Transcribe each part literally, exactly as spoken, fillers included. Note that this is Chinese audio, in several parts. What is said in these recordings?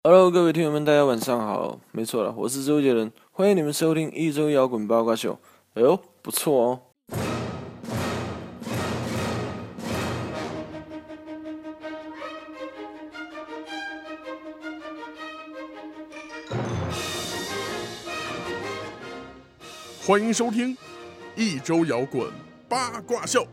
Hello， 各位听友们，大家晚上好。没错了，我是周杰伦，欢迎你们收听一周摇滚八卦秀。哎呦，不错哦。 欢迎收听一周摇滚八卦秀。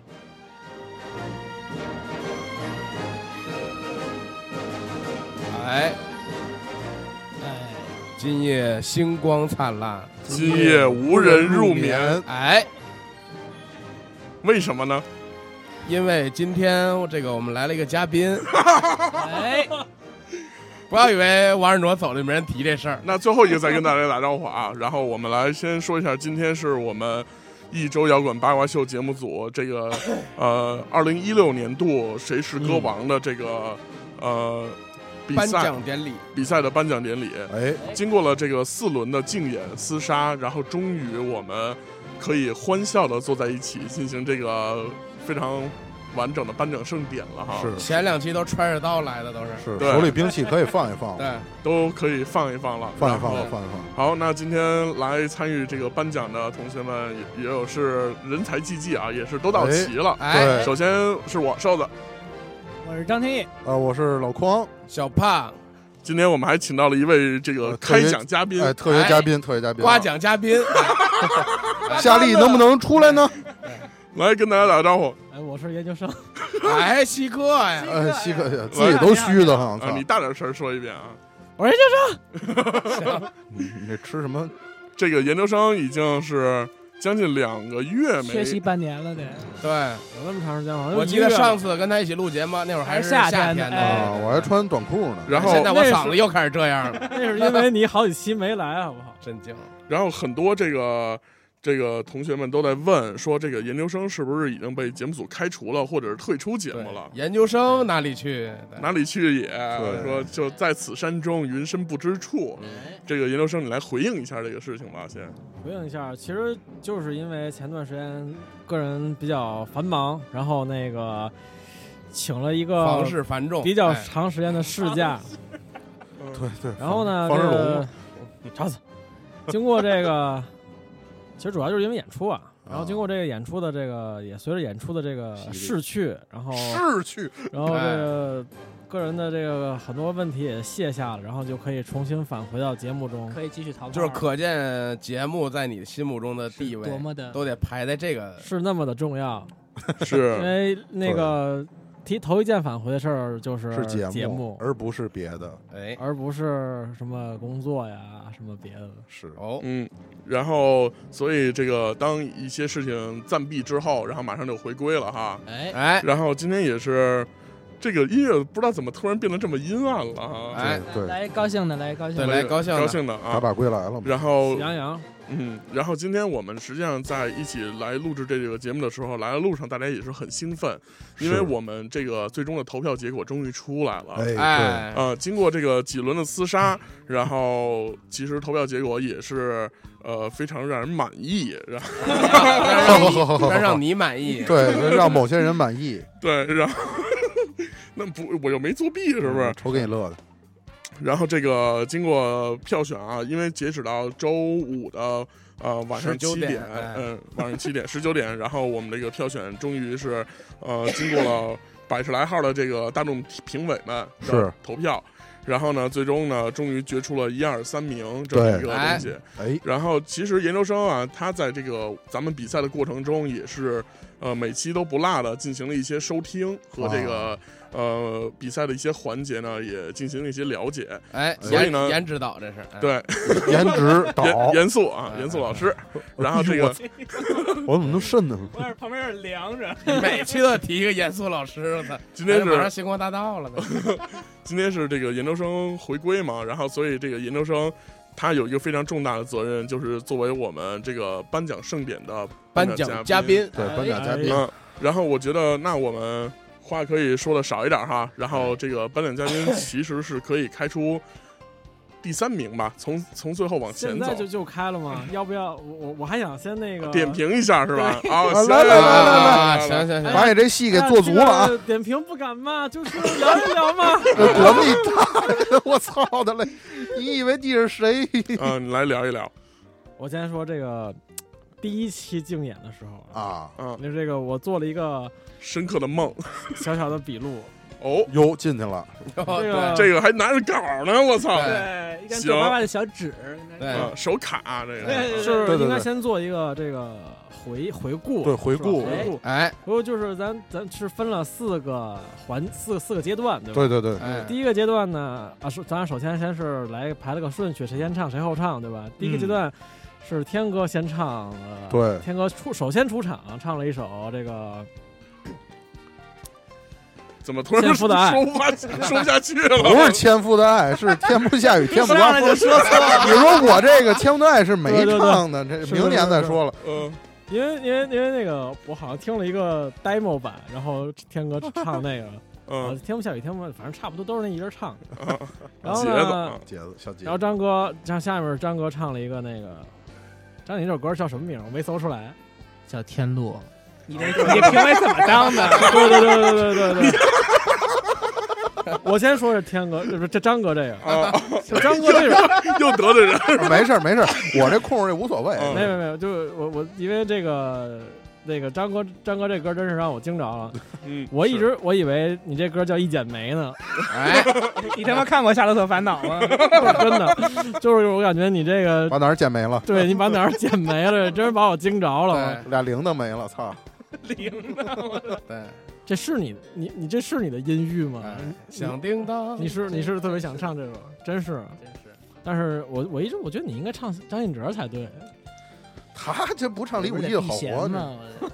哎，哎，今夜星光灿烂， 今夜无人入眠。 哎， 为什么呢？ 因为今天这个我们来了一个嘉宾。 哎， 不要以为王尔挪走了没人提这事儿。 那最后一个再跟大家打招呼啊，然后我们来先说一下，今天是我们一周摇滚八卦秀节目组这个呃二零一六年度谁是歌王的这个、嗯、呃比赛颁奖典礼， 比赛的颁奖典礼。 哎， 经过了这个四轮的竞演厮杀，然后终于我们可以欢笑的坐在一起进行这个非常完整的颁奖盛典了哈。 是前两期都揣着刀来的，都是是手里兵器可以放一放， 对， 都可以放一放了， 放一放了，放一放。 好，那今天来参与这个颁奖的同学们也也有是人才济济啊，也是都到齐了。 哎， 对， 首先是我瘦子， 我是张天翼， 啊，我是老匡， 小胖， 今天我们还请到了一位这个开奖嘉宾， 哎，特别嘉宾，特别嘉宾， 刮奖嘉宾， 夏利能不能出来呢？ 来跟大家打个招呼。 哎，我是研究生， 哎，西哥呀， 哎，西哥呀，自己都虚的很， 啊，你大点声说一遍啊。 我是研究生。 你你这吃什么？ 这个研究生已经是将近两个月没学习半年了得， 对， 有那么长时间吗？ 我记得上次跟他一起录节目，那会儿还是夏天呢， 啊，我还穿短裤呢。 然后现在我嗓子又开始这样了， 那是因为你好几期没来，好不好？ 震惊。 然后很多这个这个同学们都在问说，这个研究生是不是已经被节目组开除了，或者是退出节目了？ 研究生哪里去？ 哪里去也说就在此山中，云深不知处。这个研究生，你来回应一下这个事情吧，先回应一下，其实就是因为前段时间个人比较繁忙，然后那个请了一个房事繁重， 比较长时间的事假。 对对。 然后呢， 方世龙， 你吵死。经过这个，其实主要就是因为演出啊。然后经过这个演出的这个，也随着演出的这个逝去，然后逝去， 然后这个个人的这个很多问题也卸下了，然后就可以重新返回到节目中， 可以继续逃跑。 就是可见节目在你心目中的地位多么的都得排在这个， 是那么的重要。 是因为那个提头一件返回的事儿就是是节目， 节目， 而不是别的， 哎， 而不是什么工作呀，什么别的。 是哦， 嗯，然后所以这个当一些事情暂避之后，然后马上就回归了哈。 哎哎， 然后今天也是这个音乐不知道怎么突然变得这么阴暗了哈。 哎， 对， 来高兴的，来高兴的， 对，来高兴的高兴的啊， 打靶归来了嘛。 然后喜羊羊， 嗯，然后今天我们实际上在一起来录制这个节目的时候，来的路上大家也是很兴奋，因为我们这个最终的投票结果终于出来了。 哎， 哎， 呃，经过这个几轮的厮杀，然后其实投票结果也是呃非常让人满意，然后让让让你满意， 对，让某些人满意， 对，然后那不我又没作弊是不是？ 瞅给你乐的。 然后这个经过票选啊，因为截止到周五的呃晚上七点，嗯、呃，晚上七点十九点，然后我们这个票选终于是呃经过了百十来号的这个大众评委们的投票，然后呢，最终呢，终于决出了一二三名这么一个东西。 哎， 然后其实研究生啊，他在这个咱们比赛的过程中也是呃每期都不落的进行了一些收听和这个。啊呃，比赛的一些环节呢，也进行了一些了解。 哎， 所以呢， 颜值导这是对， 颜值导， 严严肃啊，严肃老师。然后这个， 我怎么都瘆呢？ 我旁边有点凉着。 每期都提一个严肃老师，我操！ 今天是马上星光大道了。 今天是这个研究生回归嘛，然后所以这个研究生他有一个非常重大的责任，就是作为我们这个颁奖盛典的颁奖嘉宾， 对，颁奖嘉宾。 嗯，然后我觉得那我们。话可以说的少一点哈，然后这个颁奖嘉宾其实是可以开出第三名吧，从从最后往前走。 现在就就开了吗？要不要我我我还想先那个点评一下是吧？啊， 来来来来来，行行行， 把你这戏给做足了啊！ 这个点评不敢嘛，就是聊一聊嘛。 管你大的，我操的嘞！你以为你是谁？ 嗯，你来聊一聊。 我先说这个第一期竞演的时候啊， 嗯， 那这个我做了一个深刻的梦， 小小的笔录。 哦， 哟，进去了， 这个这个还拿着稿呢，我操！ 对，一张皱巴巴的小纸， 对， 手卡这个是应该先做一个这个回回顾， 对，回顾， 回顾， 哎， 回顾就是咱咱是分了四个环四四个阶段，对吧？ 对对对， 哎， 第一个阶段呢，啊，是咱首先先是来排了个顺序，谁先唱谁后唱，对吧？第一个阶段是天哥先唱，呃， 对， 天哥出首先出场，唱了一首这个。 怎么突然说说不说不下去了？ 不是千夫的爱，是天不下雨天不刮风。 就说错了。 你说我这个千夫的爱是没唱的，这明年再说了。 嗯， 因为因为因为那个我好像听了一个 demo 版，然后天哥唱那个， 嗯， 天不下雨天不，反正差不多都是那一人唱的。 嗯、 然后呢， 节子小节子。 然后张哥，像下面张哥唱了一个那个，张你这首歌叫什么名？我没搜出来， 叫《天路》。你这你评委怎么当的？ 对对对对对对对。我先说是天哥，就是这张哥这个， 啊， 就张哥这种又得罪人， 没事没事，我这空这无所谓。 没有没有，就是我我因为这个那个张哥张哥这歌真是让我惊着了。 嗯， 我一直我以为你这歌叫一剪梅呢。 哎，你他妈看过《夏洛特烦恼》吗？ 真的，就是我感觉你这个把哪儿剪没了？ 对你把哪儿剪没了，真是把我惊着了。 俩铃铛没了，操！ 铃铛， 对。 这是你你你这是你的音域吗？ 响叮当， 你是你是特别想唱这首，真是真是。 但是我我一直我觉得你应该唱张信哲才对。 他这不唱李谷一的好活呢。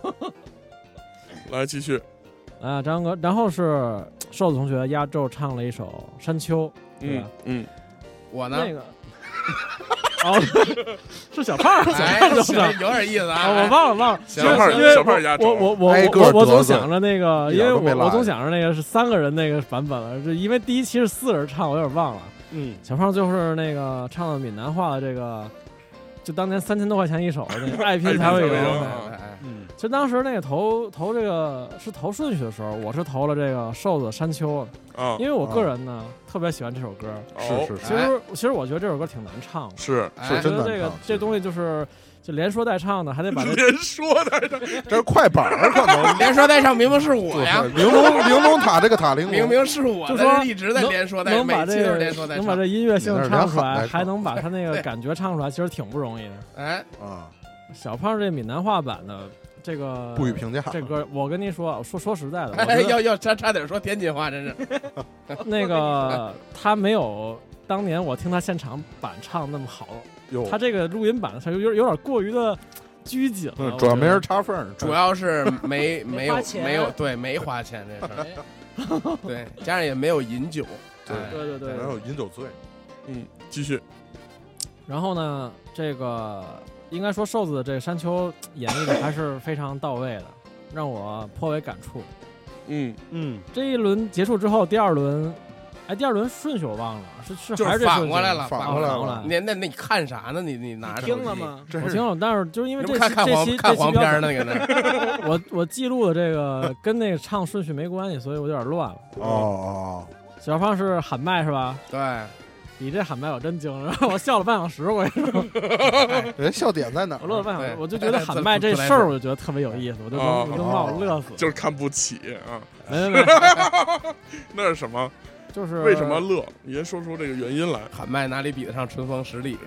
来继续啊，张哥，然后是瘦子同学压轴唱了一首《山丘》，对吧？ 嗯，嗯我呢？ 那个。哦，是小胖，小胖就是有点意思啊！ 我忘了忘了， 小胖因为小胖压轴， 我我我我我总想着那个，因为我我总想着那个是三个人那个版本了，是因为第一期是四人唱，我有点忘了。 嗯， 小胖就是那个唱的闽南话的这个，就当年三千多块钱一首，那个爱拼才会赢。嗯，其实当时那个投投这个是投顺序的时候，我是投了这个瘦子山丘啊， 因为我个人呢特别喜欢这首歌。 是是是， 其实其实我觉得这首歌挺难唱的， 是是真的。 这个这东西就是就连说带唱的，还得把连说带唱， 这是快板儿可能连说带唱，明明是我呀， 玲珑玲珑塔这个塔玲珑， 明明是我， 就说一直在连说带唱， 能把这个能把这音乐性唱出来，还能把他那个感觉唱出来，其实挺不容易的。 哎啊， 小胖这闽南话版的。这个不予评价。 这歌我跟您说，说说实在的， 哎，要要差差点说天津话，真是。 那个他没有当年我听他现场版唱那么好，他这个录音版他有有有点过于的拘谨了， 主要没人插缝， 主要是没没有没有对没花钱这事儿， 对，加上也没有饮酒， 对对对， 没有饮酒醉。 嗯，继续。 然后呢，这个。应该说，瘦子的这个山丘演绎的还是非常到位的，让我颇为感触。 嗯嗯， 这一轮结束之后，第二轮，哎，第二轮顺序我忘了，是是还是这反过来了， 反过来了。 你那那你看啥呢？你你拿着听了吗？ 我听了，但是就是因为这看看黄看黄片那个呢， 我我记录的这个跟那个唱顺序没关系，所以我有点乱了。 哦哦， 小胖是喊麦是吧？ 对。 你这喊麦我真惊了，我笑了半小时，我跟你说， 人笑点在哪儿？ 我乐了半小时，我就觉得喊麦这事儿，我就觉得特别有意思，我就能我就把我乐死。 就是看不起啊！ 没没没， 那是什么？ 就是为什么乐？你先说出这个原因来。 喊麦哪里比得上春风十里？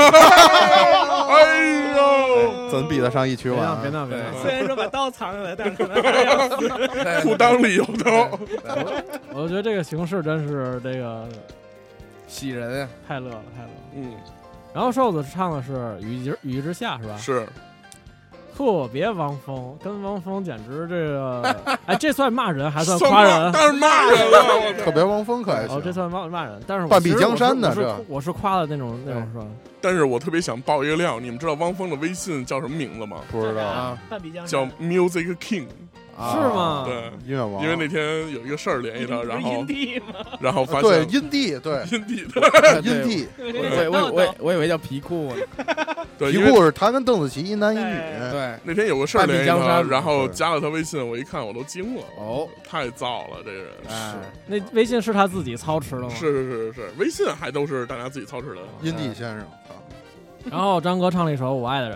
哎呦， 怎比得上一曲晚？ 别闹别闹！ 虽然说把刀藏起来，但是可能还要死。 裤裆里有刀。 我觉得这个形式真是这个。 喜人啊， 太乐了，太乐了。 嗯， 然后瘦子唱的是《雨之雨之下》是吧？ 是， 特别汪峰，跟汪峰简直这个，哎，这算骂人还算夸人？ 当然骂人了， 特别汪峰可还行。 哦，这算骂骂人，但是半壁江山呢， 这我是夸的那种那种是吧？ 但是我特别想爆一个料，你们知道汪峰的微信叫什么名字吗？ 不知道啊，半壁江山叫 Music King。 是吗？ 对， 音乐王， 因为那天有一个事儿联系他，然后阴地吗？ 然后发对现阴地，对阴地的阴地， 我我我我以为叫皮裤呢。 对， 皮裤是他跟邓紫棋一男一女。 对， 那天有个事儿联系他，然后加了他微信，我一看我都惊了， 哦， 太燥了，这个人。 哎， 那微信是他自己操持的吗？ 是是是是，微信还都是大家自己操持的。 阴地先生。 然后张哥唱了一首《我爱的人》，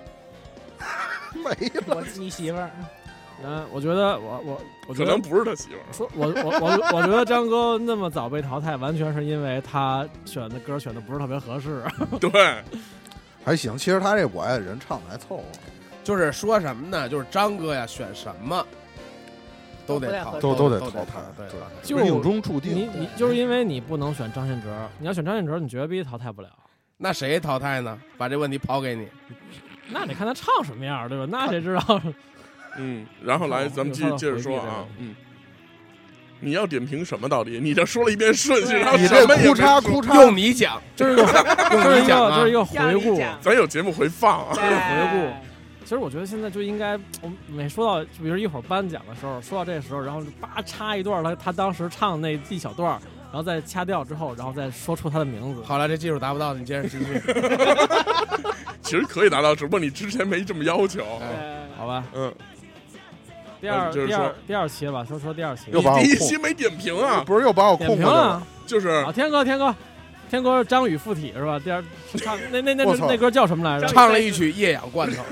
没了。 我你媳妇儿。 嗯，我觉得我我我觉得可能不是他媳妇儿。 说我我我我觉得张哥那么早被淘汰，完全是因为他选的歌选的不是特别合适。 对， 还行，其实他这我爱的人唱的还凑合。 就是说什么呢？就是张哥呀，选什么都得淘， 都都得淘汰， 对， 就命中注定。 你你就是因为你不能选张信哲，你要选张信哲，你绝逼淘汰不了。 那谁淘汰呢？把这问题抛给你， 那得看他唱什么样，对吧？那谁知道？ 嗯，然后来，咱们继续接着说啊，嗯，你要点评什么到底？你这说了一遍顺序，然后你这哭嚓哭嚓， 用你讲， 这是一个，这是一个，这是一个回顾， 咱有节目回放啊， 这是回顾。其实我觉得现在就应该，我每说到，比如一会儿颁奖的时候，说到这时候，然后叭插一段他他当时唱那一小段，然后再掐掉之后，然后再说出他的名字。 好了，这技术达不到，你接着继续。 其实可以达到，只不过你之前没这么要求， 好吧？ 嗯。 第二第二第二期了吧？说说第二期。 你第一期没点评啊？ 不是又把我点评了？ 就是啊，天哥天哥。天哥张宇附体是吧？第二唱那那那那歌叫什么来着？ 唱了一曲夜氧罐头。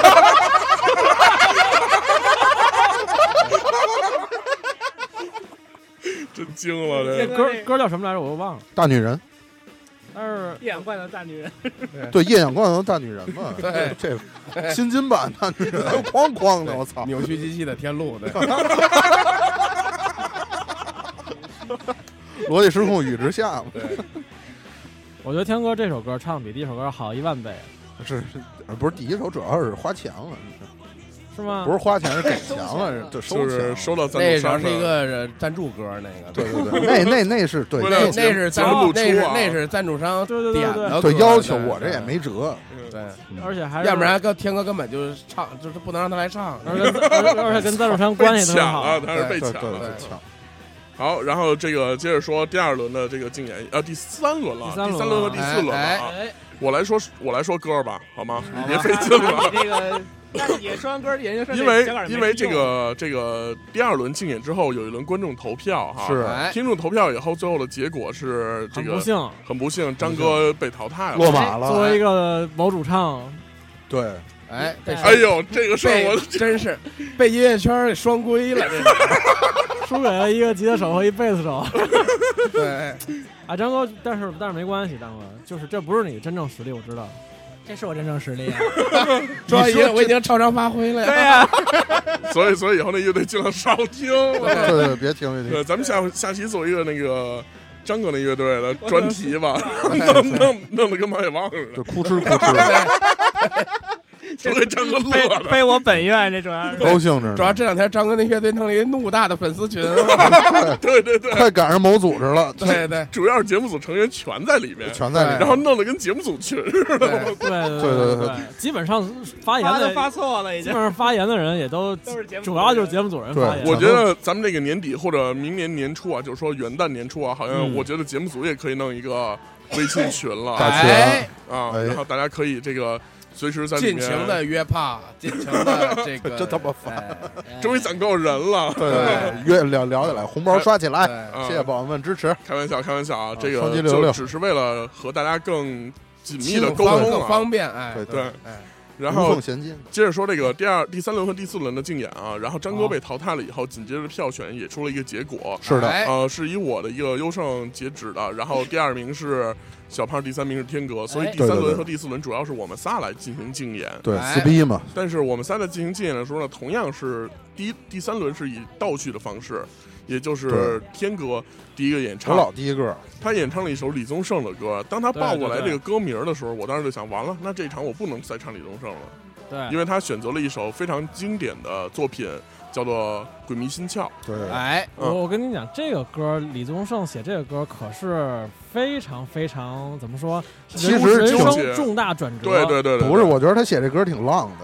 真惊了，这歌歌叫什么来着？我又忘了。 大女人。 是夜氧罐头大女人。 对，夜氧罐头大女人嘛。 对， 这新金版大女人，哐哐的，我操！ 扭曲机器的天路，对。 逻辑失控宇之下嘛。 对。 我觉得天哥这首歌唱比第一首歌好一万倍。 是是，不是第一首主要是花钱了， 是吗？ 不是花钱是给钱了，就收钱，收到赞助商。那是一个赞助歌，那个。 对对对，那那那是对， 那那是赞助，那是啊那是赞助商点的， 对要求我这也没辙。 对， 而且还要不然跟天哥根本就唱，就是不能让他来唱， 而且跟赞助商关系特别好， 他是被抢了。好，然后这个接着说第二轮的这个竞演，呃，第三轮了，第三轮和第四轮了啊。我来说，我来说歌吧，好吗？你别费劲了。 这个也说完歌，研究生因为因为这个这个第二轮竞演之后，有一轮观众投票哈， 是听众投票以后，最后的结果是这个很不幸， 很不幸，张哥被淘汰了， 落马了。 作为一个某主唱， 对。 哎， 哎呦，这个事儿我真是被音乐圈给双规了，这输给了一个吉他手和一贝斯手。 对， 啊，张哥，但是但是没关系，张哥，就是这不是你真正实力，我知道， 这是我真正实力啊！ 主要已经我已经超常发挥了， 对呀。 所以所以以后那乐队尽量少听， 对对，别听别听。 对，咱们下下期做一个那个张哥那乐队的专题吧，弄弄弄得跟马野忘似的， 就哭哧哭哧。 都给张哥乐了， 非我本愿，这主要是高兴着。 主要这两天张哥那乐队弄了一怒大的粉丝群， 对对对， 快赶上某组织了。 对对， 主要是节目组成员全在里面， 全在里面， 然后弄得跟节目组群似的。 对对对对，基本上发言的发错了，已经。 基本上发言的人也都都是节目， 主要就是节目组人发言。 我觉得咱们这个年底或者明年年初啊，就是说元旦年初啊，好像我觉得节目组也可以弄一个微信群了， 大群啊，然后大家可以这个。随时在里面尽情的约炮，尽情的这个， 真他妈烦！ 终于攒够人了， 对对，约聊聊起来，红包刷起来，谢谢宝宝们支持。 开玩笑，开玩笑啊，这个就只是为了和大家更紧密的沟通， 更方便，哎， 对，哎。然后衔接接着说这个第二、第三轮和第四轮的竞演啊，然后张哥被淘汰了以后，紧接着票选也出了一个结果， 是的， 呃，是以我的一个优胜截止的，然后第二名是小胖，第三名是天哥，所以第三轮和第四轮主要是我们仨来进行竞演， 对，撕逼嘛。 但是我们仨在进行竞演的时候呢，同样是第一、第三轮是以倒叙的方式。也就是天哥第一个演唱， 我老第一个， 他演唱了一首李宗盛的歌。当他报过来这个歌名的时候，我当时就想，完了，那这一场我不能再唱李宗盛了。 对， 因为他选择了一首非常经典的作品，叫做《鬼迷心窍》。 对， 哎， 我我跟你讲，这个歌李宗盛写这个歌可是非常非常怎么说？ 其实人生重大转折。 对对对对， 不是，我觉得他写这歌挺浪的。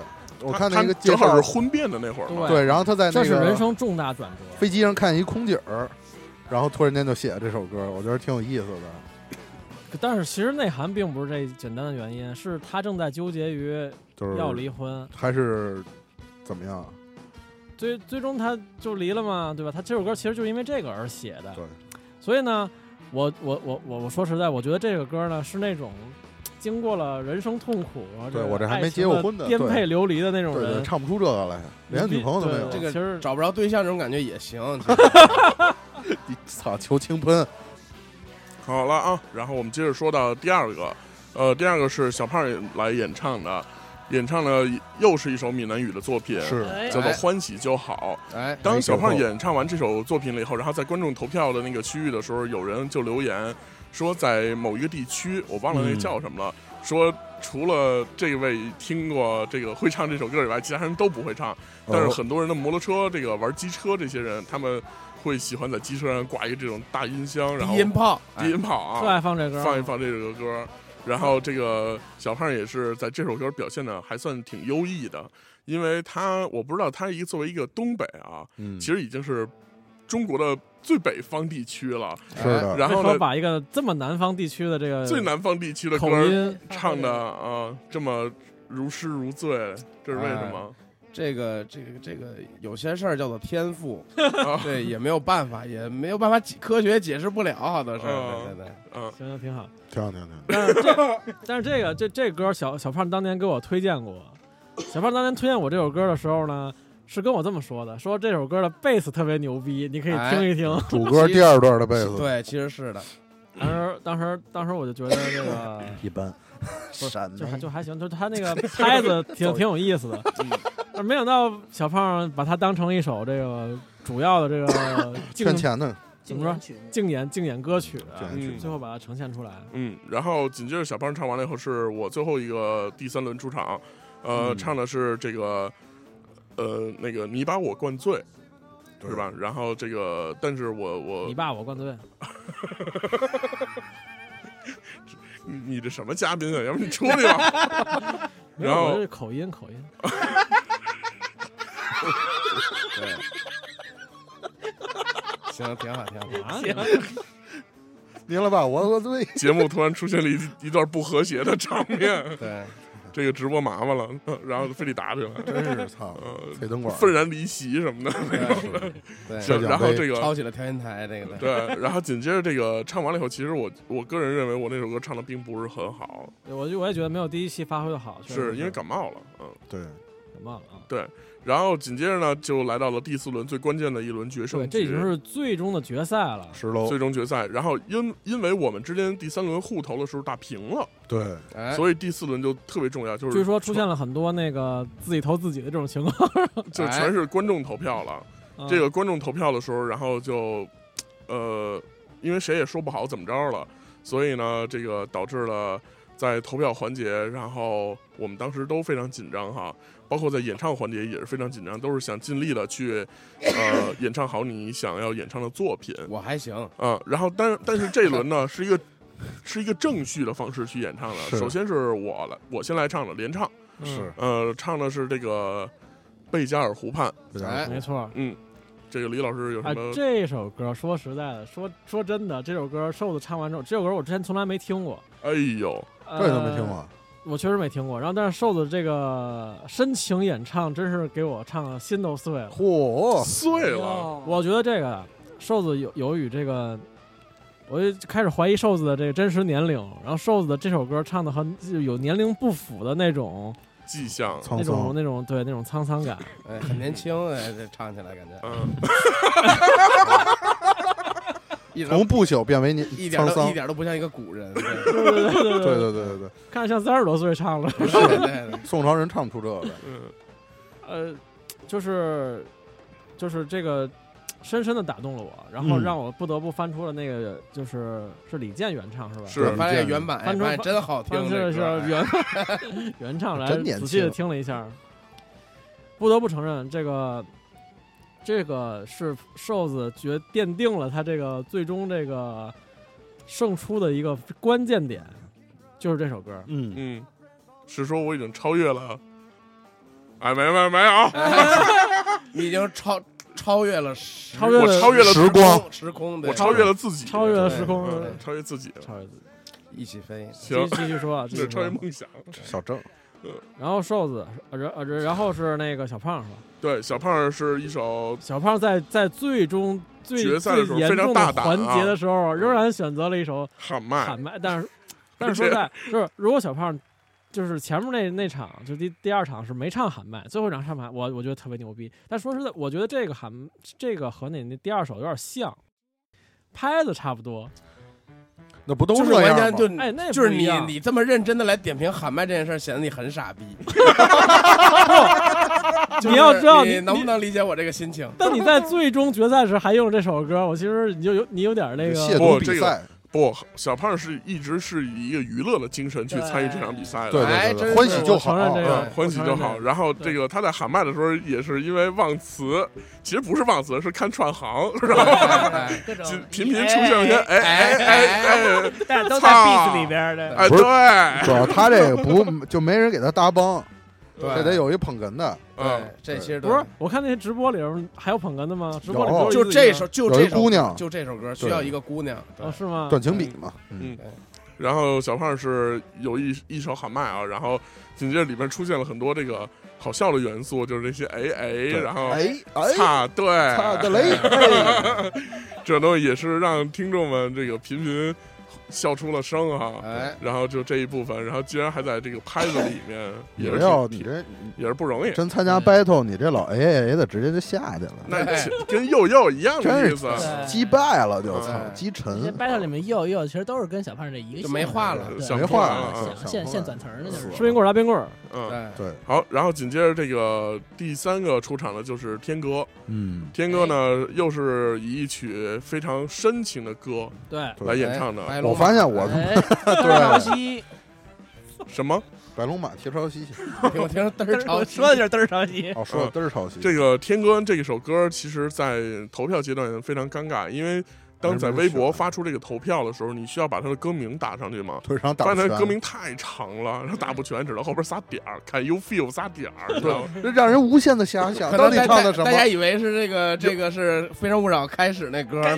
我看那个正好是婚变的那会儿嘛， 对，然后他在那个这是人生重大转折， 飞机上看一空姐儿，然后突然间就写这首歌，我觉得挺有意思的。 但是其实内涵并不是这简单的原因，是他正在纠结于要离婚、 就是、还是怎么样， 最最终他就离了嘛，对吧？他这首歌其实就是因为这个而写的， 对。 所以呢，我我我我我说实在，我觉得这个歌呢是那种经过了人生痛苦， 对我这还没结过婚的颠沛流离的那种人， 对对唱不出这个来，连女朋友都没有。 这个其实找不着对象这种感觉也行。 你操，求轻喷。 好了啊，然后我们接着说到第二个，呃，第二个是小胖来演唱的。演唱的又是一首闽南语的作品， 是叫做《欢喜就好》。 哎， 当小胖演唱完这首作品了以后，然后在观众投票的那个区域的时候，有人就留言说，在某一个地区，我忘了那个叫什么了，嗯、说除了这位听过这个会唱这首歌以外，其他人都不会唱。但是很多人的摩托车，这个玩机车这些人，他们会喜欢在机车上挂一个这种大音箱，然后低音炮， 低音炮啊， 特爱放这歌， 放一放这个歌。然后这个小胖也是在这首歌表现的还算挺优异的，因为他我不知道他一个作为一个东北啊，嗯、其实已经是中国的最北方地区了， 是的。 然后呢， 把一个这么南方地区的这个最南方地区的歌唱的啊这么如诗如醉，这是为什么？ 哎这个这个这个有些事儿叫做天赋，对，也没有办法，也没有办法科学解释不了好多事儿，对对对， 嗯， 行行挺好， 挺好挺好。 但是这但是这个这这歌小小胖当年给我推荐过，小胖当年推荐我这首歌的时候呢，是跟我这么说的，说这首歌的贝斯特别牛逼，你可以听一听。 哎、主歌第二段的贝斯， 对，其实是的。 当时当时当时我就觉得这个一般， 不是就还就还行，就他那个拍子挺挺有意思的。但没想到小胖把它当成一首这个主要的这个圈钱的怎么说竞演竞演歌曲， 嗯， 最后把它呈现出来。 嗯，然后紧接着小胖唱完了以后，是我最后一个第三轮出场，呃，嗯、唱的是这个呃那个你把我灌醉。是吧？然后这个，但是我我你把我灌醉， 你你这什么嘉宾啊？要不你出去吧。然后我这口音口音。 对，行，挺好，挺好， 行。 赢了吧？我我醉。 节目突然出现了一一段不和谐的场面。 对。 这个直播麻烦了，然后非得打起来， 真是操！ 呃，灯管愤然离席什么的， 对， 然后这个抄起了调音台，这个对，然后紧接着这个唱完了以后，其实我我个人认为我那首歌唱的并不是很好， 我就我也觉得没有第一期发挥的好， 是因为感冒了，嗯， 对， 感冒了啊， 对。然后紧接着呢，就来到了第四轮最关键的一轮决胜局， 这已经是最终的决赛了， 是喽， 最终决赛。然后因因为我们之间第三轮互投的时候打平了， 对， 所以第四轮就特别重要，就是据说出现了很多那个自己投自己的这种情况， 就全是观众投票了。哎、这个观众投票的时候，然后就呃，因为谁也说不好怎么着了，所以呢，这个导致了在投票环节，然后我们当时都非常紧张哈。包括在演唱环节也是非常紧张，都是想尽力的去，呃，演唱好你想要演唱的作品。 我还行啊、 呃，然后但但是这一轮呢是一个是一个正序的方式去演唱的。首先是我来，我先来唱的联唱， 是呃，唱的是这个贝加尔湖畔， 哎，没错， 嗯，这个李老师有什么？ 啊、这首歌说实在的，说说真的，这首歌瘦子唱完之后，这首歌我之前从来没听过。 哎呦， 这都没听过。呃我确实没听过，然后但是瘦子这个深情演唱真是给我唱的心都碎了， 嚯， 碎了！ 我觉得这个瘦子有有与这个，我就开始怀疑瘦子的这个真实年龄，然后瘦子的这首歌唱的和有年龄不符的那种迹象， 那种那种对那种沧桑感， 哎，很年轻哎，这唱起来感觉， 嗯。 从不朽变为你一点都一点都不像一个古人，对对对对对对对对， 看着像三十多岁唱了。 对对， 宋朝人唱不出这个。 嗯， 呃，就是就是这个深深的打动了我，然后让我不得不翻出了那个就是是李健原唱是吧？ 是翻这原版， 翻出真好听， 这是原原唱来仔细的听了一下，不得不承认这个。这个是瘦子决奠定了他这个最终这个胜出的一个关键点，就是这首歌。 嗯嗯，是说我已经超越了哎，没没没有， 你已经超超越了超越了我超越了时光时空， 我超越了自己， 超越了时空， 超越自己， 超越自己， 一起飞。 行， 继续说啊， 这是超越梦想。 小郑， 然后瘦子，呃呃，然后是那个小胖是吧？ 对，小胖是一首小胖在在最终最决赛的时候非常大胆环节的时候，仍然选择了一首喊麦， 喊麦，但是但是说实在，就是如果小胖就是前面那那场，就第第二场是没唱喊麦，最后一场唱喊，我我觉得特别牛逼。但说实在，我觉得这个喊这个和你那第二首有点像，拍子差不多。 那不都就是这样吗？ 完全就哎，那就是你你这么认真的来点评喊麦这件事，显得你很傻逼。 你要知道你能不能理解我这个心情？ 但你在最终决赛时还用这首歌，我其实你就有你有点那个亵渎比赛。 不，小胖是一直是以一个娱乐的精神去参与这场比赛的， 对对对，欢喜就好， 欢喜就好。然后这个他在喊麦的时候，也是因为忘词，其实不是忘词，是看串行，是吧？频频出现一些哎哎哎哎， 但是都在 beat 里边的。 哎，对， 主要他这个不就没人给他搭帮。 对， 这得有一捧哏的， 嗯，这其实不是。我看那些直播里还有捧哏的吗？直播里就这首，就这首姑娘， 就这首歌需要一个姑娘， 哦，是吗？ 断情笔嘛， 嗯。然后小胖是有一一首喊麦啊，然后紧接着里面出现了很多这个好笑的元素，就是这些哎哎，然后哎哎， 擦对， 擦个雷， 这东西也是让听众们这个频频笑出了声啊！ 哎， 然后就这一部分，然后居然还在这个拍子里面，也是要你这也是不容易。 真参加 battle，你这老 A A 的直接就下去了， 那跟佑佑一样的意思， 击败了就操，击沉。 这 battle 里面佑佑其实都是跟小胖这一个就没话了， 没话了， 现现转词儿呢，就是吃冰棍拉冰棍。 嗯， 对。 好，然后紧接着这个第三个出场的就是天歌， 嗯， 天歌呢又是以一曲非常深情的歌对来演唱的。 我发现我对什么白龙马贴抄袭， 我听嘚儿抄袭， 说的就是嘚儿抄袭。 哦，说的嘚儿抄袭。 这个天歌这一首歌，其实在投票阶段非常尴尬，因为当在微博发出这个投票的时候，你需要把他的歌名打上去嘛？ 对，上打不全。他歌名太长了，然后打不全，只能后边仨点儿 ，Can you feel 仨点儿，知道吗？ 这让人无限的遐想，到底唱的什么？ 大家以为是这个这个是《非诚勿扰》开始那歌呢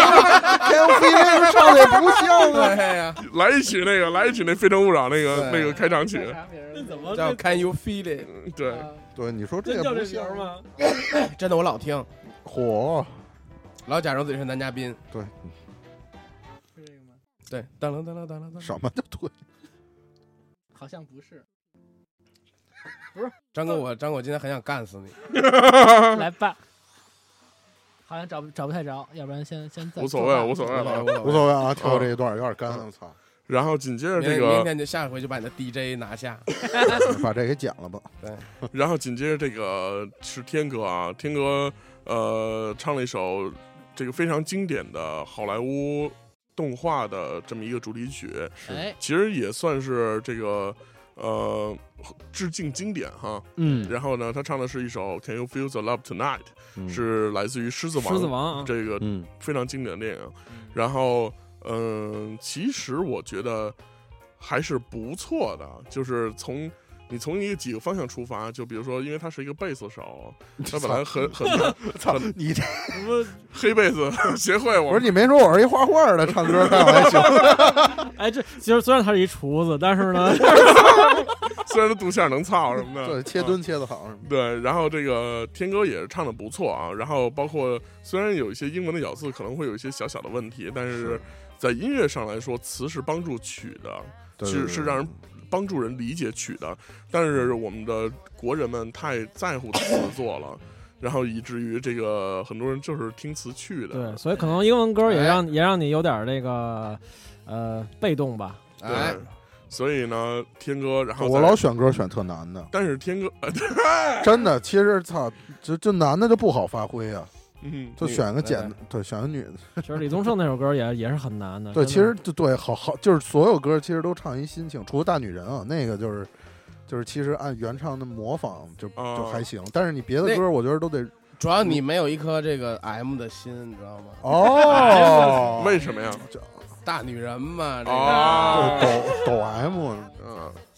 ？Can you feel 唱的也不像啊！ 对呀， 来一曲那个，来一曲那《非诚勿扰》那个那个开场曲， 叫 Can you feel it？ 对对，你说这也不像吗？ 真的，我老听。 火。 老假装自己是男嘉宾， 对， 是这个吗？ 对，当啷当啷当啷当。 什么叫对？ 好像不是， 不是张哥，我张哥，我今天很想干死你。 来吧，好像找不找不太着，要不然先先再。 无所谓，无所谓， 无所谓啊！跳这一段有点干，我操！ 然后紧接着这个，明天就下回就把你的 D J 拿下， 把这给剪了吧。 对， 然后紧接着这个是天哥啊，天哥呃唱了一首。这个非常经典的好莱坞动画的这么一个主题曲，其实也算是这个呃致敬经典哈。 嗯， 然后呢，他唱的是一首 Can You Feel the Love Tonight，、嗯、是来自于《狮子王》 狮子王这个非常经典的电影。嗯、然后嗯、呃，其实我觉得还是不错的，就是从。你从一个几个方向出发，就比如说，因为他是一个贝斯手，他本来很很操你这什么黑贝斯协会，我不是你没说我是一画画的，唱歌那还行。 哎，这其实虽然他是一厨子，但是呢， 虽然他肚馅能操什么的， 对，切墩切的好什么。 对，然后这个天歌也是唱的不错啊，然后包括虽然有一些英文的咬字可能会有一些小小的问题，但是在音乐上来说，词是帮助曲的，是是让人。帮助人理解曲的，但是我们的国人们太在乎词作了，然后以至于这个很多人就是听词去的。 对，所以可能英文歌也让、哎、也让你有点这个呃被动吧。 对，所以呢，天歌，然后我老选歌选特难的， 但是天歌真的，其实操，就就男的就不好发挥啊。 嗯， 就选个简，对，选个女的。 其实李宗盛那首歌也也是很难的。 对，其实就对，好好就是所有歌其实都唱一心情，除了大女人啊，那个就是就是其实按原唱的模仿就、哦、就还行，但是你别的歌我觉得都得。 主要你没有一颗这个 M 的心，你知道吗？ 哦， 为什么呀？ 大女人嘛，这个、 哦、 抖抖 M， 嗯。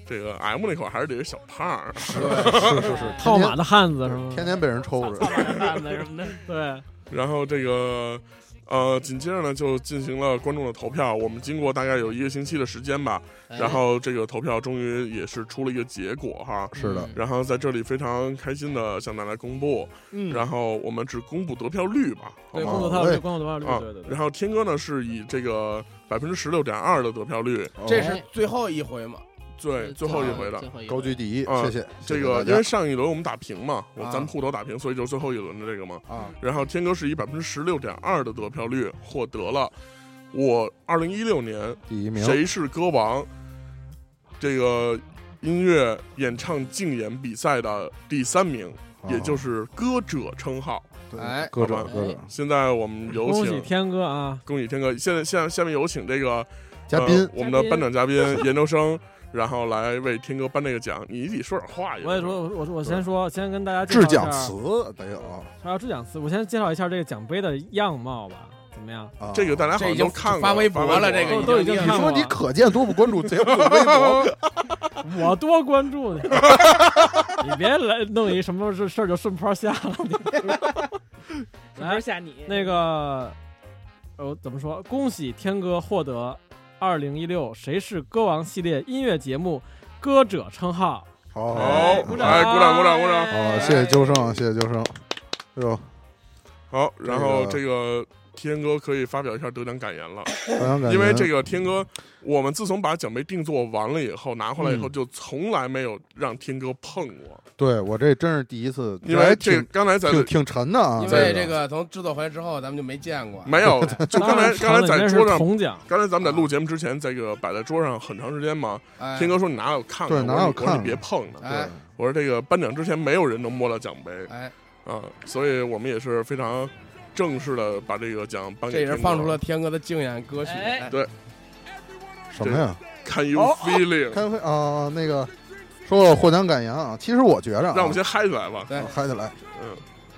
这个 M 那块还是得是小胖， 是是是是， 套马的汉子是吗？ 天天被人抽着， 套马的汉子什么的。 对， 然后这个。呃，紧接着呢，就进行了观众的投票。我们经过大概有一个星期的时间吧， 哎、 然后这个投票终于也是出了一个结果哈。 是的。 然后在这里非常开心的向大家公布，嗯，然后我们只公布得票率吧， 对，公布得票率，公布得票率， 啊， 对对对。 然后天哥呢是以这个百分之十六点二的得票率， 这是最后一回嘛？ 对，最后一回的高居第一， 啊、 谢谢。 这个因为上一轮我们打平嘛，我咱们互投打平，所以就最后一轮的这个嘛。 啊， 然后天哥是以百分之十六点二的得票率获得了我二零一六年第一名谁是歌王这个音乐演唱竞演比赛的第三名， 哦、 也就是歌者称号。 哎， 歌者歌者。 现在我们有请恭喜天哥啊！ 恭喜天哥！现在现在下面有请这个嘉宾、 呃，我们的颁奖嘉宾研究生。然后来为天哥颁这个奖，你得说点话呀！ 我也说，我我先说，先跟大家致奖词得有， 还有致奖词。我先介绍一下这个奖杯的样貌吧，怎么样？ 啊、 这个大家好像都看过， 发微博了，这个都已经看过。 你说你可见多不关注节目的微博？ 我多关注你，你别来弄一什么事儿就顺坡下了。 顺坡下你那个，呃，怎么说？恭喜天哥获得二零一六谁是歌王系列音乐节目歌者称号。 好， 好， 鼓掌， 哎，鼓掌，鼓掌，鼓掌。 好，谢谢究生，谢谢究生。哎呦， 好，然后这个天哥可以发表一下得奖感言了， 因因为这个天哥，我们自从把奖杯定做完了以后，拿回来以后，就从来没有让天哥碰过。 对我这真是第一次， 因为这刚才在挺挺沉的啊。 因为这个从制作回来之后，咱们就没见过。 没有，就刚才刚才在桌上， 铜奖。 刚才咱们在录节目之前，这个摆在桌上很长时间嘛。 哎、 天哥说你拿我看看， 对，拿我看看， 你别碰它。 哎， 我说这个颁奖之前没有人能摸到奖杯。 哎， 啊，所以我们也是非常正式的把这个奖颁给。 这也是放出了天哥的竞演歌曲。 哎、 对， 什么呀 ？Can you feeling？ 开会啊，那个。说了获奖感言啊，其实我觉着、啊， 让我们先嗨起来吧， 对， 嗨起来， 嗯，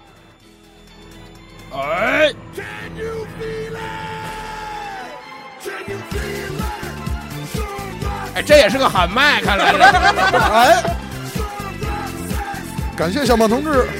哎，哎，这也是个喊麦，看来是， 哎，感谢小马同志，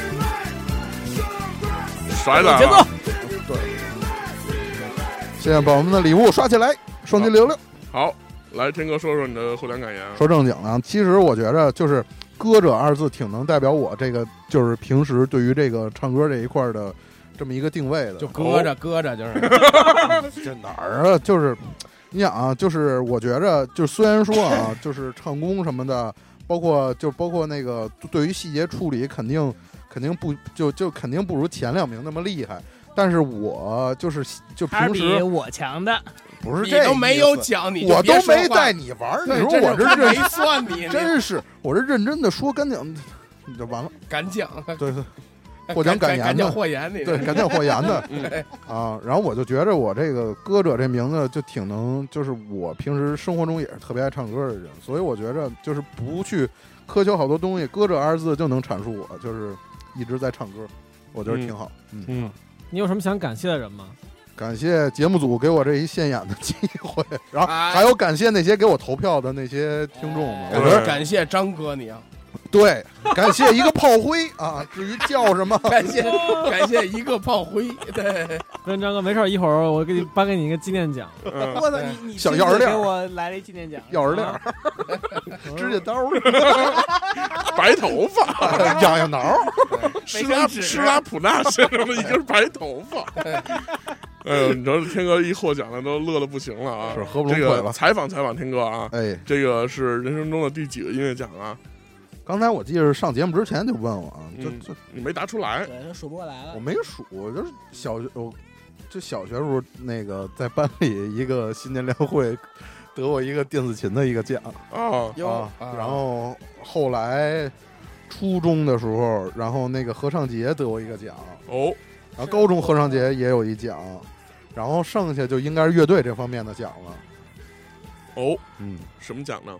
甩了， 节奏， 对，现在把我们的礼物刷起来，双击溜溜， 好。来，天哥说说你的获奖感言。 说正经的，其实我觉着就是“歌者”二字挺能代表我这个，就是平时对于这个唱歌这一块的这么一个定位的。 就搁着搁着，就是这哪儿啊？就是你想啊，就是我觉着，就虽然说啊，就是唱功什么的，包括就包括那个对于细节处理，肯定肯定不就就肯定不如前两名那么厉害。但是我就是就平时比我强的。 不是这你都没有讲，你我都没带你玩儿。你说我这没算你， 真是我这认真的说，赶紧你就完了。 敢讲， 对对，获奖感言的， 敢讲豁言的， 对，敢讲豁言的啊。然后我就觉着我这个歌者这名字就挺能，就是我平时生活中也是特别爱唱歌的人，所以我觉着就是不去苛求好多东西，歌者二字就能阐述我，就是一直在唱歌，我觉得挺好。嗯嗯， 你有什么想感谢的人吗？ 感谢节目组给我这一现演的机会，然后还有感谢那些给我投票的那些听众们。 我觉得感谢张哥你啊， 对，感谢一个炮灰啊，至于叫什么， 感谢感谢一个炮灰。对， 跟张哥没事，一会儿我给你颁给你一个纪念奖。 我操，你你小钥匙链给我来了一纪念奖， 钥匙链，指甲刀， 白头发， 痒痒挠， 施拉施拉普纳先生的一根白头发。哎呦，你知道天哥一获奖了都乐得不行了啊！ 是合不拢腿了。这个采访采访天哥啊， 哎， 这个是人生中的第几个音乐奖啊？ 刚才我记得上节目之前就问我啊，就就你没答出来， 对，他数不过来了。 我没数，我就是小学，我就小学时候那个在班里一个新年联会得过一个电子琴的一个奖啊啊，然后后来初中的时候，然后那个合唱节得过一个奖哦， 然后高中合唱节也有一奖，然后剩下就应该是乐队这方面的奖了。 哦， 嗯， 什么奖呢？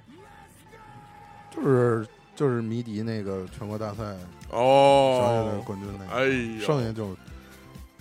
就是就是迷笛那个全国大赛哦， 小乐队冠军那个， 哎呀， 剩下就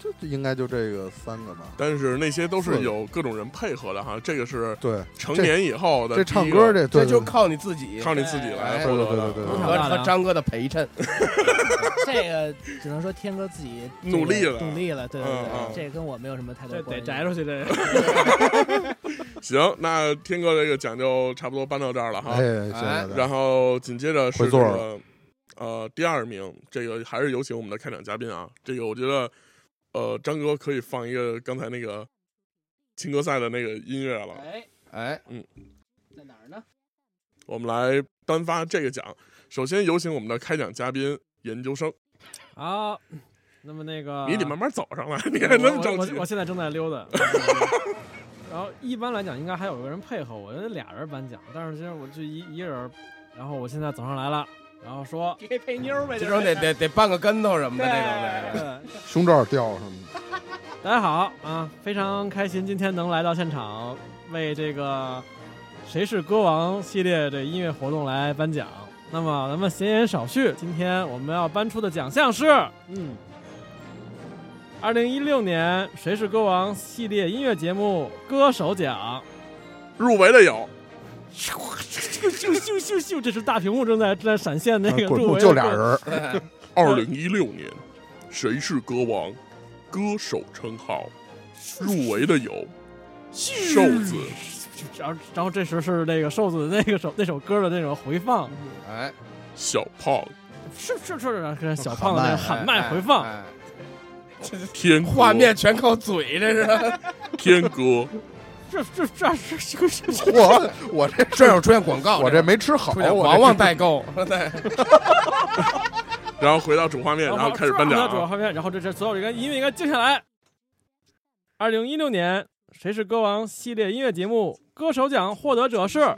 这应该就这个三个吧。 但是那些都是有各种人配合的哈，这个是对成年以后的这唱歌这这就靠你自己， 靠你自己来对对对对对， 和和张哥的陪衬。 这个只能说天哥自己努力了， 努力了，对对对， 嗯嗯、 这跟我没有什么太多关系。 得摘出去这个。 行，那天哥这个奖就差不多颁到这儿了哈。 哎，行。 然后紧接着是这个呃第二名，这个还是有请我们的开场嘉宾啊。这个我觉得呃张哥可以放一个刚才那个青歌赛的那个音乐了。 哎哎， 嗯， 在哪儿呢？ 我们来颁发这个奖。首先有请我们的开奖嘉宾研究生。 好，那么那个你得慢慢走上来，你还那么着急？ 我 我, 我现在正在溜达。然后一般来讲，应该还有个人配合我，俩人颁奖，但是其实我就一一个人。然后我现在走上来了，然后说给配妞呗， 这种得得得半个跟头什么的这种的， 胸罩掉什么的。 大家好啊，非常开心今天能来到现场，为这个谁是歌王系列的音乐活动来颁奖。那么咱们闲言少叙，今天我们要颁出的奖项是，嗯，二零一六年谁是歌王系列音乐节目歌手奖， 入围的有， 咻咻咻咻咻，这是大屏幕正在正在闪现那个入围， 就俩人。 二零一六年谁是歌王歌手称号入围的有瘦子。 然后，然后这时是那个瘦子的那个首那首歌的那种回放， 哎， 小胖是是是是小胖的那个喊麦回放， 哎哎、天画面全靠嘴，这是天哥， 这这这这这我我这这有出现广告， 我这没吃好， 往往代购，对。 然后回到主画面，然后开始颁奖， 主画面，然后这这所有这个音乐应该静下来。二零一六年。谁是歌王系列音乐节目歌手奖获得者是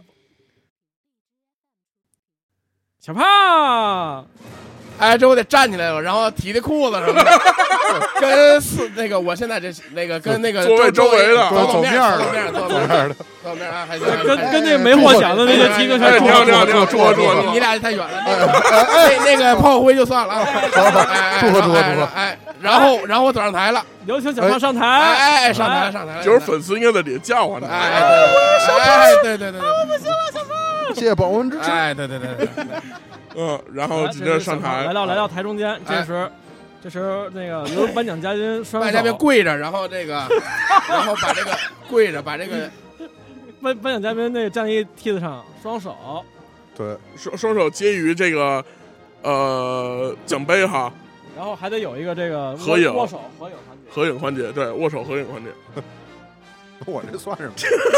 小胖。 哎，这我得站起来了，然后提提裤子什么的，跟四那个我现在这那个跟那个座位周围的走面的走面走面的走面啊，还行， 跟跟那个没获奖的那个提个全。你好你好你好，祝贺祝贺！ 你俩太远了，那那个炮灰就算了啊。 祝贺祝贺祝贺！ 哎，然后然后我走上台了， 有请小胖上台。 哎哎，上台上台， 就是粉丝应该在底下叫唤呢。 哎，哎，对对对对， 我不行了，小胖。 谢谢保温支持。 哎，对对对对。 嗯，然后紧接着上台， 来到来到台中间，这时，这时那个由颁奖嘉宾双手， 颁奖嘉宾跪着，然后这个，然后把这个跪着，把这个颁颁奖嘉宾那个站一梯子上，双手， 对， 双双手接于这个呃奖杯哈， 然后还得有一个这个合影握手合影环节， 合影环节，对，握手合影环节。 我这算什么？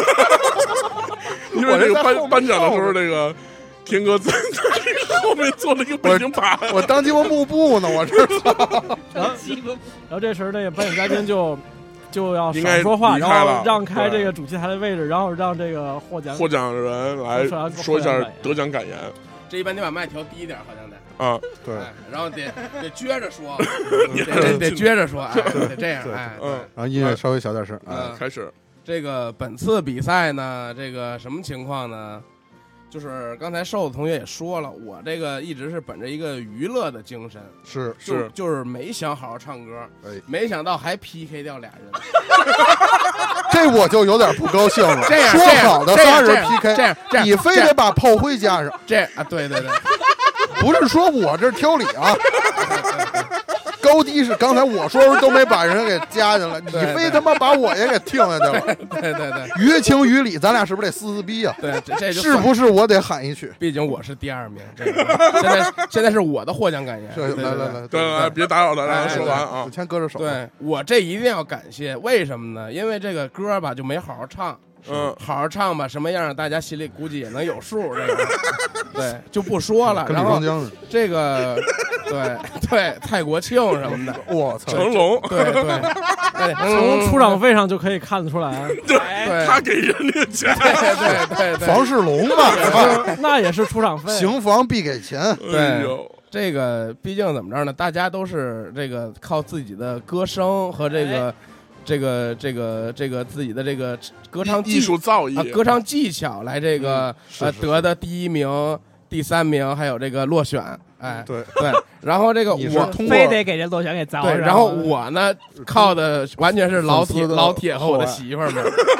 因为这个颁颁奖的时候，这个。天哥在在后面做了一个北京牌， 我当鸡巴幕布呢，我这。 然后，然后这时候那个颁奖嘉宾就就要少说话，然后让开这个主席台的位置，然后让这个获奖获奖人来说一下得奖感言。 这一般得把麦调低一点，好像得啊， 对， 然后得得撅着说，得得撅着说，哎，得这样，哎， 嗯， 然后音乐稍微小点声， 哎，开始。 这个本次比赛呢，这个什么情况呢？就是刚才瘦子同学也说了，我这个一直是本着一个娱乐的精神， 是是， 就是没想好好唱歌， 哎， 没想到还 P K 掉俩人， 这我就有点不高兴了。 这样说好的仨人 P K， 这样这样， 你非得把炮灰加上， 这啊，对对对， 不是说我这挑理啊。高低是刚才我说都没把人给加进来，你非他妈把我也给听下去了。 对对对， 于情于理，咱俩是不是得撕撕逼啊？ 对，这是不是我得喊一曲？ 毕竟我是第二名，这个现在现在是我的获奖感言。 来来来， 对来，别打扰他，让他说完啊。 先搁着手。 对我这一定要感谢，为什么呢？因为这个歌吧就没好好唱。 嗯， 好好唱吧，什么样大家心里估计也能有数。这个，对，就不说了。然后这个，对对，蔡国庆什么的， 我操， 成龙， 对对， 从出场费上就可以看得出来， 对，他给人家钱， 对对对， 房世龙吧， 那也是出场费， 行房必给钱。 对，这个毕竟怎么着呢？大家都是这个靠自己的歌声和这个。这个这个这个自己的这个歌唱艺术造诣啊，歌唱技巧来这个、 嗯、 呃得的第一名、第三名，还有这个落选， 哎， 对对，然后这个我通过非得给这落选给凿上。 对，然后我呢靠的完全是老铁老铁和我的媳妇儿们。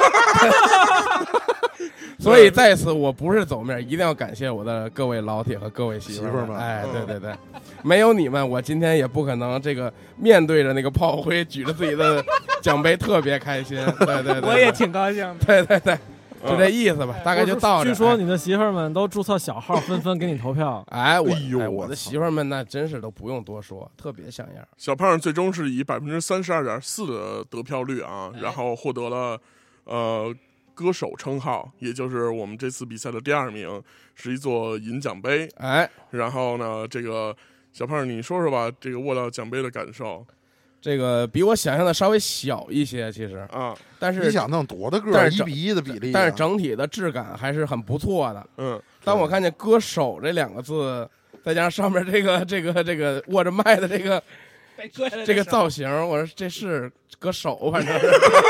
所以在此我不是走面，一定要感谢我的各位老铁和各位媳妇儿们。哎，对对对，没有你们，我今天也不可能这个面对着那个炮灰，举着自己的奖杯特别开心。对对对， 我也挺高兴的。 对对对，就这意思吧，大概就到这。 据说你的媳妇儿们都注册小号，纷纷给你投票。 哎，我哎哎我的媳妇儿们那真是都不用多说，特别像样。 小胖最终是以百分之三十二点四的得票率啊，然后获得了呃。歌手称号，也就是我们这次比赛的第二名，是一座银奖杯。 哎， 然后呢，这个小胖，你说说吧，这个握到奖杯的感受。 这个比我想象的稍微小一些，其实啊， 但是你想弄多大个儿，一比一的比例、啊， 但是整体的质感还是很不错的。 嗯， 当我看见"歌手"这两个字，再加上上面这个这个这个握着麦的这个这个造型，我说这是歌手，反正是。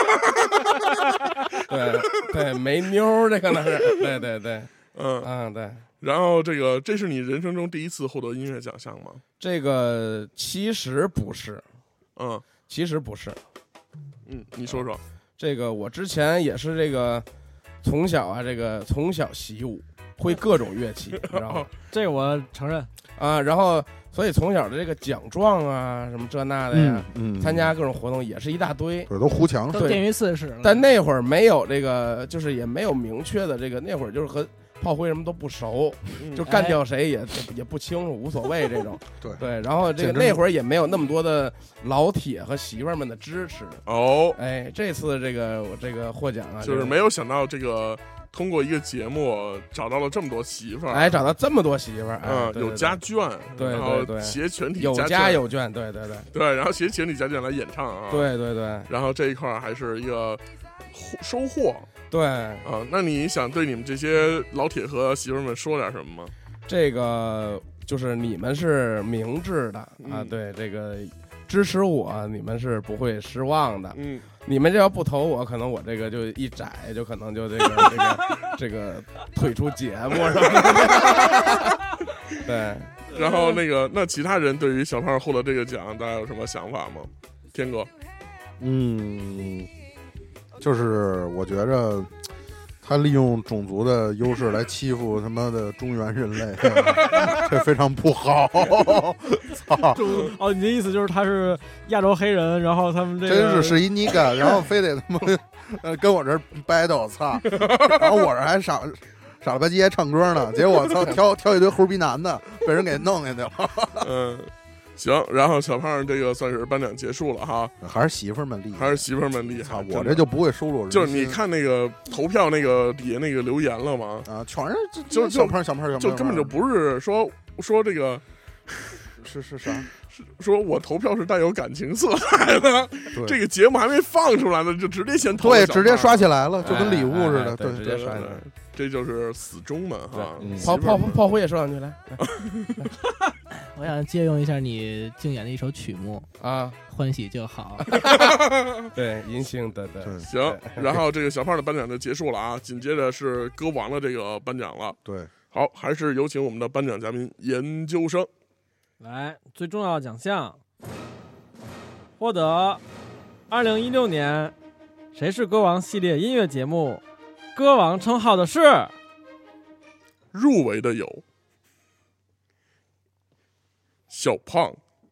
对对，没妞这可能是，对对对， 嗯嗯对。 然后这个，这是你人生中第一次获得音乐奖项吗？ 这个其实不是， 嗯， 其实不是， 嗯，你说说。 这个我之前也是这个从小啊，这个从小习武，会各种乐器，然后这个我承认啊，然后。所以从小的这个奖状啊，什么这那的呀， 嗯嗯、 参加各种活动也是一大堆， 对，都胡墙， 都见于四使了。 但那会儿没有这个，就是也没有明确的这个，那会儿就是和炮灰什么都不熟，嗯、就干掉谁也、哎、也不清楚，无所谓这种。 对对，然后这个那会儿也没有那么多的老铁和媳妇儿们的支持。 哦， 哎，这次这个我这个获奖啊， 就是没有想到这个。通过一个节目找到了这么多媳妇儿， 哎，找到这么多媳妇儿， 嗯， 对对对有家眷， 对然后对对， 携全体有家家有眷，对对对对，然后携全体家眷来演唱啊， 对对对， 然后这一块还是一个收获， 对啊，那你想对你们这些老铁和媳妇们说点什么吗？ 这个就是你们是明智的、嗯、啊，对这个支持我，你们是不会失望的， 嗯。 你们这要不投我，可能我这个就一窄，就可能就这个这个这个退出节目什么的。对， 然后那个那其他人对于小胖获得这个奖，大家有什么想法吗？天哥， 嗯，就是我觉着他利用种族的优势来欺负他妈的中原人类，这非常不好。操！ 哦，你的意思就是他是亚洲黑人，然后他们这个真是是一尼干，然后非得他妈呃跟我这 battle， 操！然后我这还傻傻了吧唧还唱歌呢，结果操挑挑一堆猴逼男的，被人给弄下去了。 嗯。行，然后小胖这个算是颁奖结束了哈， 还是媳妇们厉害， 还是媳妇们厉害。 我这就不会收录， 就是你看那个投票那个底下那个留言了吗？ 啊，全是就小胖小胖小胖， 就根本就不是说说这个是是啥？ 是说我投票是带有感情色彩的，这个节目还没放出来呢，就直接先投， 对，直接刷起来了，就跟礼物似的， 对，直接刷起来。 这就是死忠们哈， 炮炮炮灰也说两句来。 我想借用一下你竞演的一首曲目啊， 欢喜就好。 对，银杏的的。 行，然后这个小胖的颁奖就结束了啊，紧接着是歌王的这个颁奖了。 对， 好，还是有请我们的颁奖嘉宾研究生来，最重要的奖项，获得二零一六年谁是歌王系列音乐节目歌王称号的是入围的有小胖，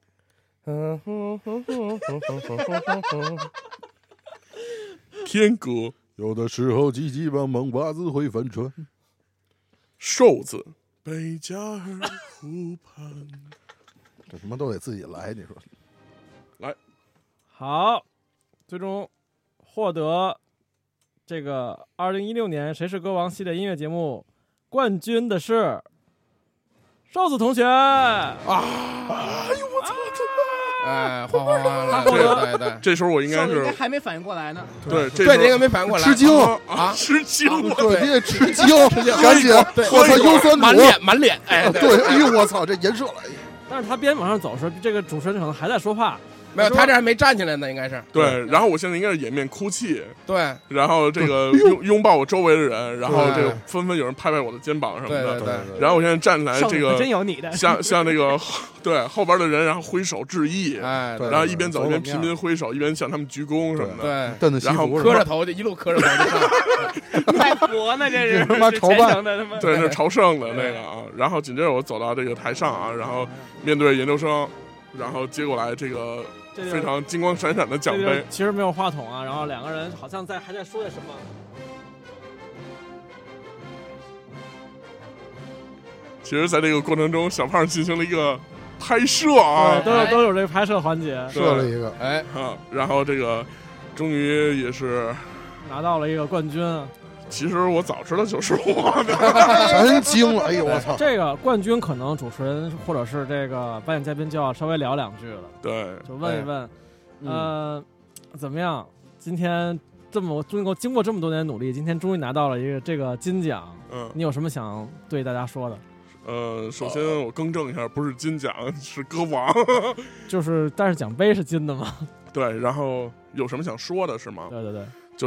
天哥， 有的时候急急忙忙袜子会翻船， 瘦子，贝加尔湖畔， 这什么都得自己来，你说？ 来， 好，最终获得这个二零一六年谁是歌王系列音乐节目冠军的是瘦子同学啊！ 哎呦我操！ 哎，哗哗哗！ 他获得， 对对， 这时候我应该是还没反应过来呢。 对， 对，这个没反应过来， 吃惊啊，吃惊！ 对，你得吃惊，赶紧！我操，优酸乳， 满脸满脸，哎， 对，哎呦我操，这颜色了。 但是他边往上走时，这个主持人可能还在说话。 没有，他这还没站起来呢，应该是。 对，然后我现在应该是掩面哭泣。 对， 然后这个拥拥抱我周围的人，然后这个纷纷有人拍拍我的肩膀什么的。 对对。 然后我现在站起来，这个真有你的， 向向那个对后边的人，然后挥手致意。 哎， 然后一边走一边频频挥手，一边向他们鞠躬什么的。 对， 然后磕着头就一路磕着头就上。 太佛呢，这是他妈朝拜的，他妈对，是朝圣的那个啊。然后紧接着我走到这个台上啊，然后面对研究生，然后接过来这个非常金光闪闪的奖杯。 其实没有话筒啊，然后两个人好像在还在说点什么。 其实，在这个过程中，小胖进行了一个拍摄啊， 对，都有都有这个拍摄环节， 摄了一个， 哎啊，然后这个终于也是拿到了一个冠军。 其实我早知道就是我的， 真惊了！哎呦我操！ 这个冠军可能主持人或者是这个颁奖嘉宾就要稍微聊两句了， 对， 就问一问，呃，怎么样？今天这么经过经过这么多年努力，今天终于拿到了一个这个金奖， 嗯， 你有什么想对大家说的？ 呃，首先我更正一下，不是金奖，是歌王， 就是但是奖杯是金的吗？ 对，然后有什么想说的是吗？ 对对对， 就是。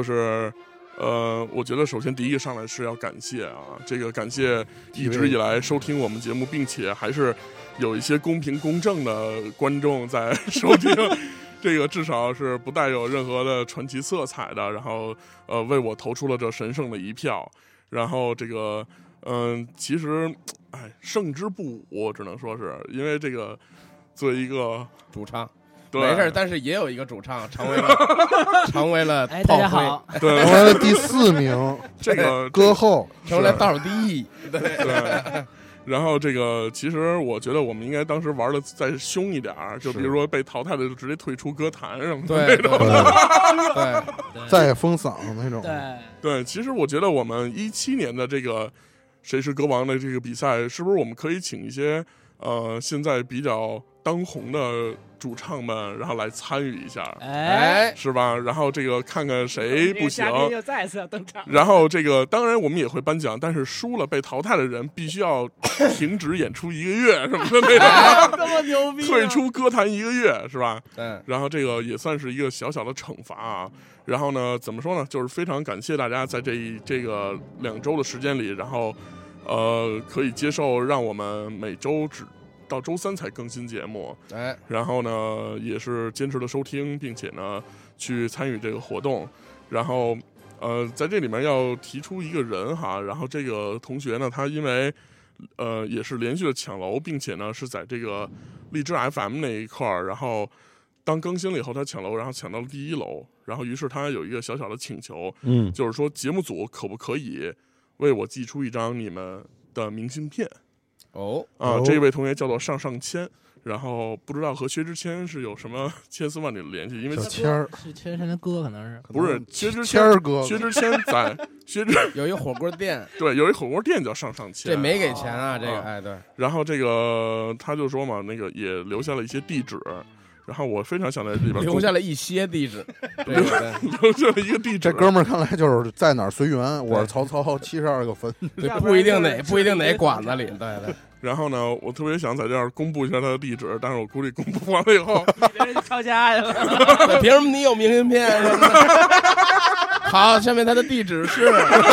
呃，我觉得首先第一个上来是要感谢啊，这个感谢一直以来收听我们节目，并且还是有一些公平公正的观众在收听，这个至少是不带有任何的传奇色彩的，然后呃为我投出了这神圣的一票，然后这个嗯、呃，其实哎胜之不武，只能说是因为这个作为一个主唱。没事，但是也有一个主唱成为了成为了哎，大家好， 对， 成为了第四名， 这个歌后成为了倒数第一， 对对。然后这个其实我觉得我们应该当时玩的再凶一点儿，就比如说被淘汰的就直接退出歌坛什么的那种， 对， 再也封嗓那种。 对对，其实我觉得我们一七年的这个谁是歌王的这个比赛，是不是我们可以请一些呃现在比较当红的主唱们，然后来参与一下， 哎， 是吧？然后这个看看谁不行， 又再一次要登场。 然后这个当然我们也会颁奖，但是输了被淘汰的人必须要停止演出一个月什么的那种， 这么牛逼， 退出歌坛一个月，是吧？ 嗯， 然后这个也算是一个小小的惩罚啊。然后呢，怎么说呢？就是非常感谢大家在这一这个两周的时间里，然后呃可以接受让我们每周只。到周三才更新节目， 哎， 然后呢，也是坚持的收听，并且呢，去参与这个活动，然后，呃，在这里面要提出一个人哈，然后这个同学呢，他因为，呃，也是连续的抢楼，并且呢，是在这个荔枝 F M 那一块儿，然后当更新了以后，他抢楼，然后抢到了第一楼，然后于是他有一个小小的请求， 嗯， 就是说节目组可不可以为我寄出一张你们的明信片？ 哦啊，这位同学叫做上上签，然后不知道和薛之谦是有什么千丝万缕的联系，因为小谦儿是薛之谦的歌，可能是不是薛之谦儿哥， 薛之谦在薛之有一个火锅店， 对，有一火锅店叫上上签， 这没给钱啊，这个哎对， 然后这个他就说嘛，那个也留下了一些地址。然后我非常想在这里边留下了一些地址， 留留下了一个地址。 这哥们儿看来就是在哪儿随缘。我是曹操，七十二个坟， 对，不一定哪不一定哪馆子里，对对。 然后呢，我特别想在这儿公布一下他的地址，但是我估计公布完了以后， 抄家去了。 凭什么你有明信片？好，下面他的地址是。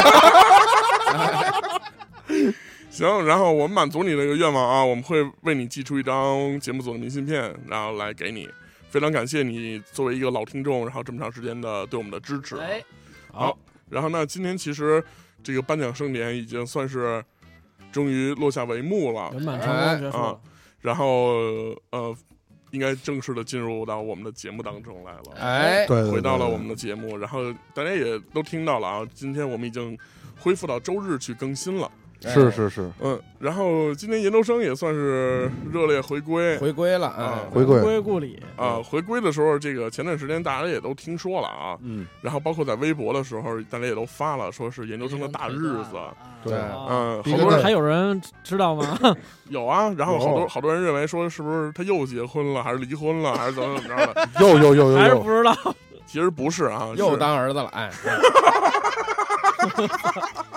行，然后我们满足你这个愿望啊，我们会为你寄出一张节目组的明信片，然后来给你。非常感谢你作为一个老听众，然后这么长时间的对我们的支持。 哎， 好，然后呢，今天其实这个颁奖盛典已经算是终于落下帷幕了， 圆满成功结束了。 然后呃，应该正式的进入到我们的节目当中来了。 哎， 对， 回到了我们的节目，然后大家也都听到了啊，今天我们已经恢复到周日去更新了。 是是是， 嗯，然后今年研究生也算是热烈回归， 回归了啊， 回归归故里啊，回归的时候，这个前段时间大家也都听说了啊， 嗯， 然后包括在微博的时候，大家也都发了，说是研究生的大日子， 对， 嗯， 好多人还有人知道吗？ 有啊，然后好多好多人认为说是不是他又结婚了，还是离婚了，还是怎么怎么着的？ 又又又又， 还是不知道， 其实不是啊， 又当儿子了，哎。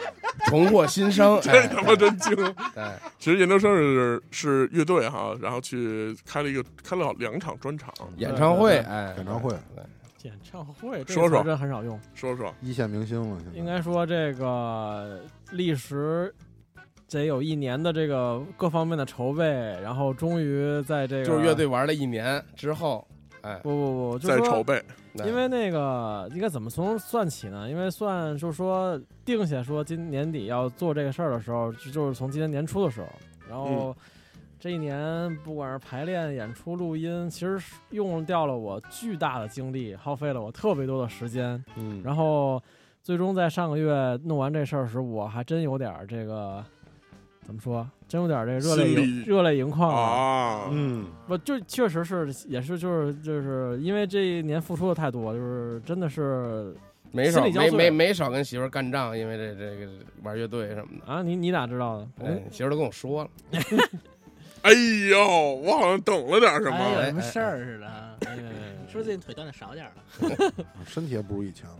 重获新生， 这他妈真精！ 哎， 其实研究生是是乐队哈，然后去开了一个开了两场专场演唱会，哎， 演唱会， 演唱会， 说说这很少用， 说说一线明星了。 应该说这个历时得有一年的这个各方面的筹备，然后终于在这个就是乐队玩了一年之后，哎， 不不不， 在筹备。 因为那个应该怎么从算起呢？因为算就是说定下说今年底要做这个事儿的时候，就是从今年年初的时候，然后这一年不管是排练、演出、录音，其实用掉了我巨大的精力，耗费了我特别多的时间。 嗯， 然后最终在上个月弄完这事儿时，我还真有点这个怎么说？真有点这热泪盈热泪盈眶啊！ 嗯， 不就确实是也是就是就是因为这一年付出的太多，就是真的是没少没没没少跟媳妇儿干仗，因为这这个玩乐队什么的啊。你你咋知道的？ 哎，媳妇儿都跟我说了。 哎呦，我好像懂了点什么， 有什么事儿似的。哎，是不是最近腿断的少点了？ 身体也不如以前了。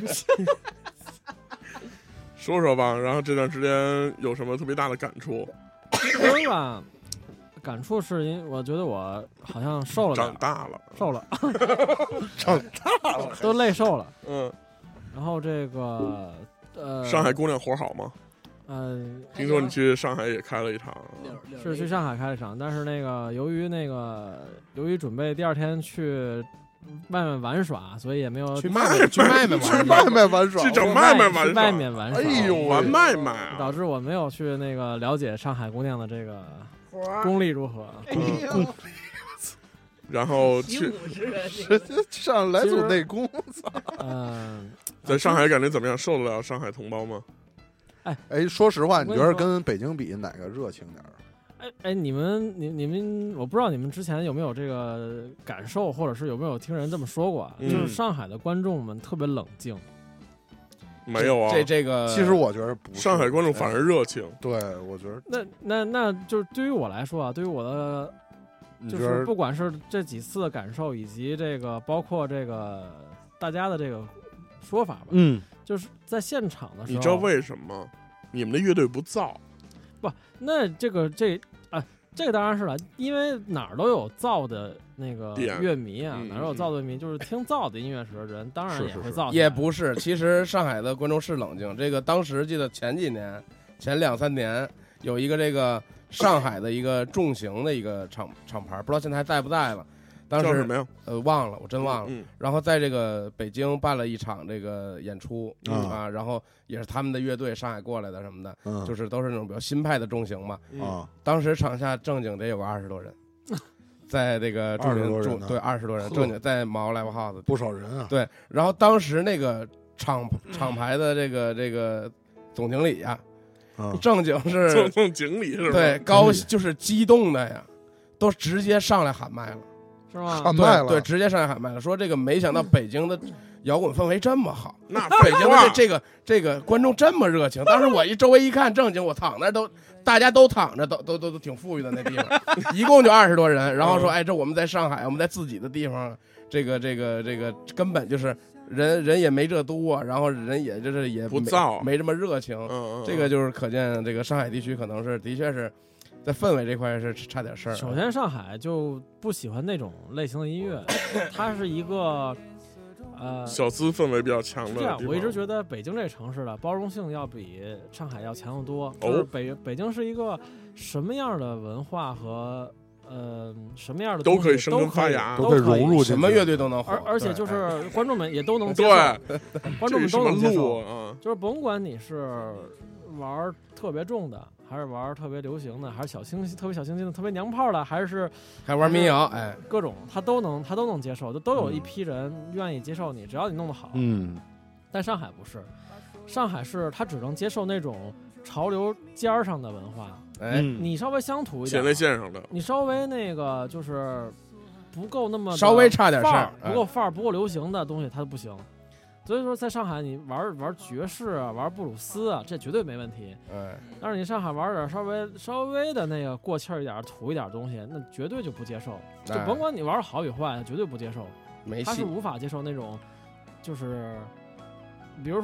说说吧，然后这段时间有什么特别大的感触？ 说吧，感触是因为我觉得我好像瘦了， 长大了， 瘦了， 长大了， 都累瘦了。 嗯， 然后这个呃， 上海姑娘活好吗？ 嗯、 呃，听说你去上海也开了一场， 是去上海开了一场，但是那个由于那个由于准备第二天去外面玩耍，所以也没有去卖卖去卖卖去卖卖玩耍， 去整卖卖玩耍，外面玩耍。 哎呦， 玩卖卖啊！ 导致我没有去那个了解上海姑娘的这个功力如何。 功力， 然后去上来组内功， 嗯， 在上海感觉怎么样？受得了上海同胞吗？ 哎哎，说实话，你觉得跟北京比哪个热情点儿？ 哎哎，你们你你们，我不知道你们之前有没有这个感受，或者是有没有听人这么说过， 嗯、 就是上海的观众们特别冷静。 没有啊， 这这个其实我觉得不是， 上海观众反而热情。 对，我觉得那那那就是对于我来说啊，对于我的，就是不管是这几次的感受，以及这个包括这个大家的这个说法吧， 嗯， 就是在现场的时候， 你知道为什么？你们的乐队不燥。 不，那这个这啊，这个当然是了，因为哪儿都有造的那个乐迷啊， 嗯、 哪儿都有造的乐迷，就是听造的音乐时的人，当然也会造。 也不是，其实上海的观众是冷静。这个当时记得前几年，前两三年有一个这个上海的一个重型的一个厂厂牌，不知道现在还在不在了。当时什么呀？ 呃，忘了，我真忘了。 嗯嗯、 然后在这个北京办了一场这个演出、 嗯、 啊，然后也是他们的乐队上海过来的什么的， 嗯、 就是都是那种比较新派的重型嘛。 嗯、 啊， 当时场下正经得有个二十多人，在这个重型重对二十多人正经在毛 Live House 不少人啊。 对，然后当时那个厂厂牌的这个这个总经理呀、 啊， 正经是总总经理是吧？ 对，高就是激动的呀，都直接上来喊麦了。 是吗？ 喊麦了， 对，直接上来喊麦了，说这个没想到北京的摇滚氛围这么好， 那北京的这这个这个观众这么热情。当时我一周围一看，正经我躺那都大家都躺着，都都都都挺富裕的那地方，一共就二十多人。然后说，哎，这我们在上海，我们在自己的地方，这个这个这个根本就是人人也没这多，然后人也就是也不燥， 没这么热情。 嗯嗯， 这个就是可见这个上海地区可能是的确是。在氛围这块是差点事儿。 首先，上海就不喜欢那种类型的音乐，它是一个呃小资氛围比较强的。 这样，我一直觉得北京这个城市的包容性要比上海要强得多。就是北、哦、北京是一个什么样的文化和呃什么样的都可以生根发芽， 都可以融入， 什么乐队都能火。 而而且就是观众们也都能接受， 对， 观众们都能接受。 啊、 就是甭管你是玩特别重的。还是玩特别流行的，还是小清新、特别小清新的、特别娘炮的，还是还玩民谣，哎， 各种他都能，他都能接受，都都有一批人愿意接受你，只要你弄得好。 嗯。 但上海不是，上海是他只能接受那种潮流尖儿上的文化， 哎， 你稍微乡土一点， 前列线上的， 你稍微那个就是不够那么稍微差点事儿， 不够范儿、不够流行的东西，它都不行。所以说，在上海你玩玩爵士啊，玩布鲁斯啊，这绝对没问题。 哎， 但是你上海玩点稍微稍微的那个过气儿一点、土一点东西，那绝对就不接受。就甭管你玩好与坏，他绝对不接受。 没戏。 他是无法接受那种，就是比如说吧，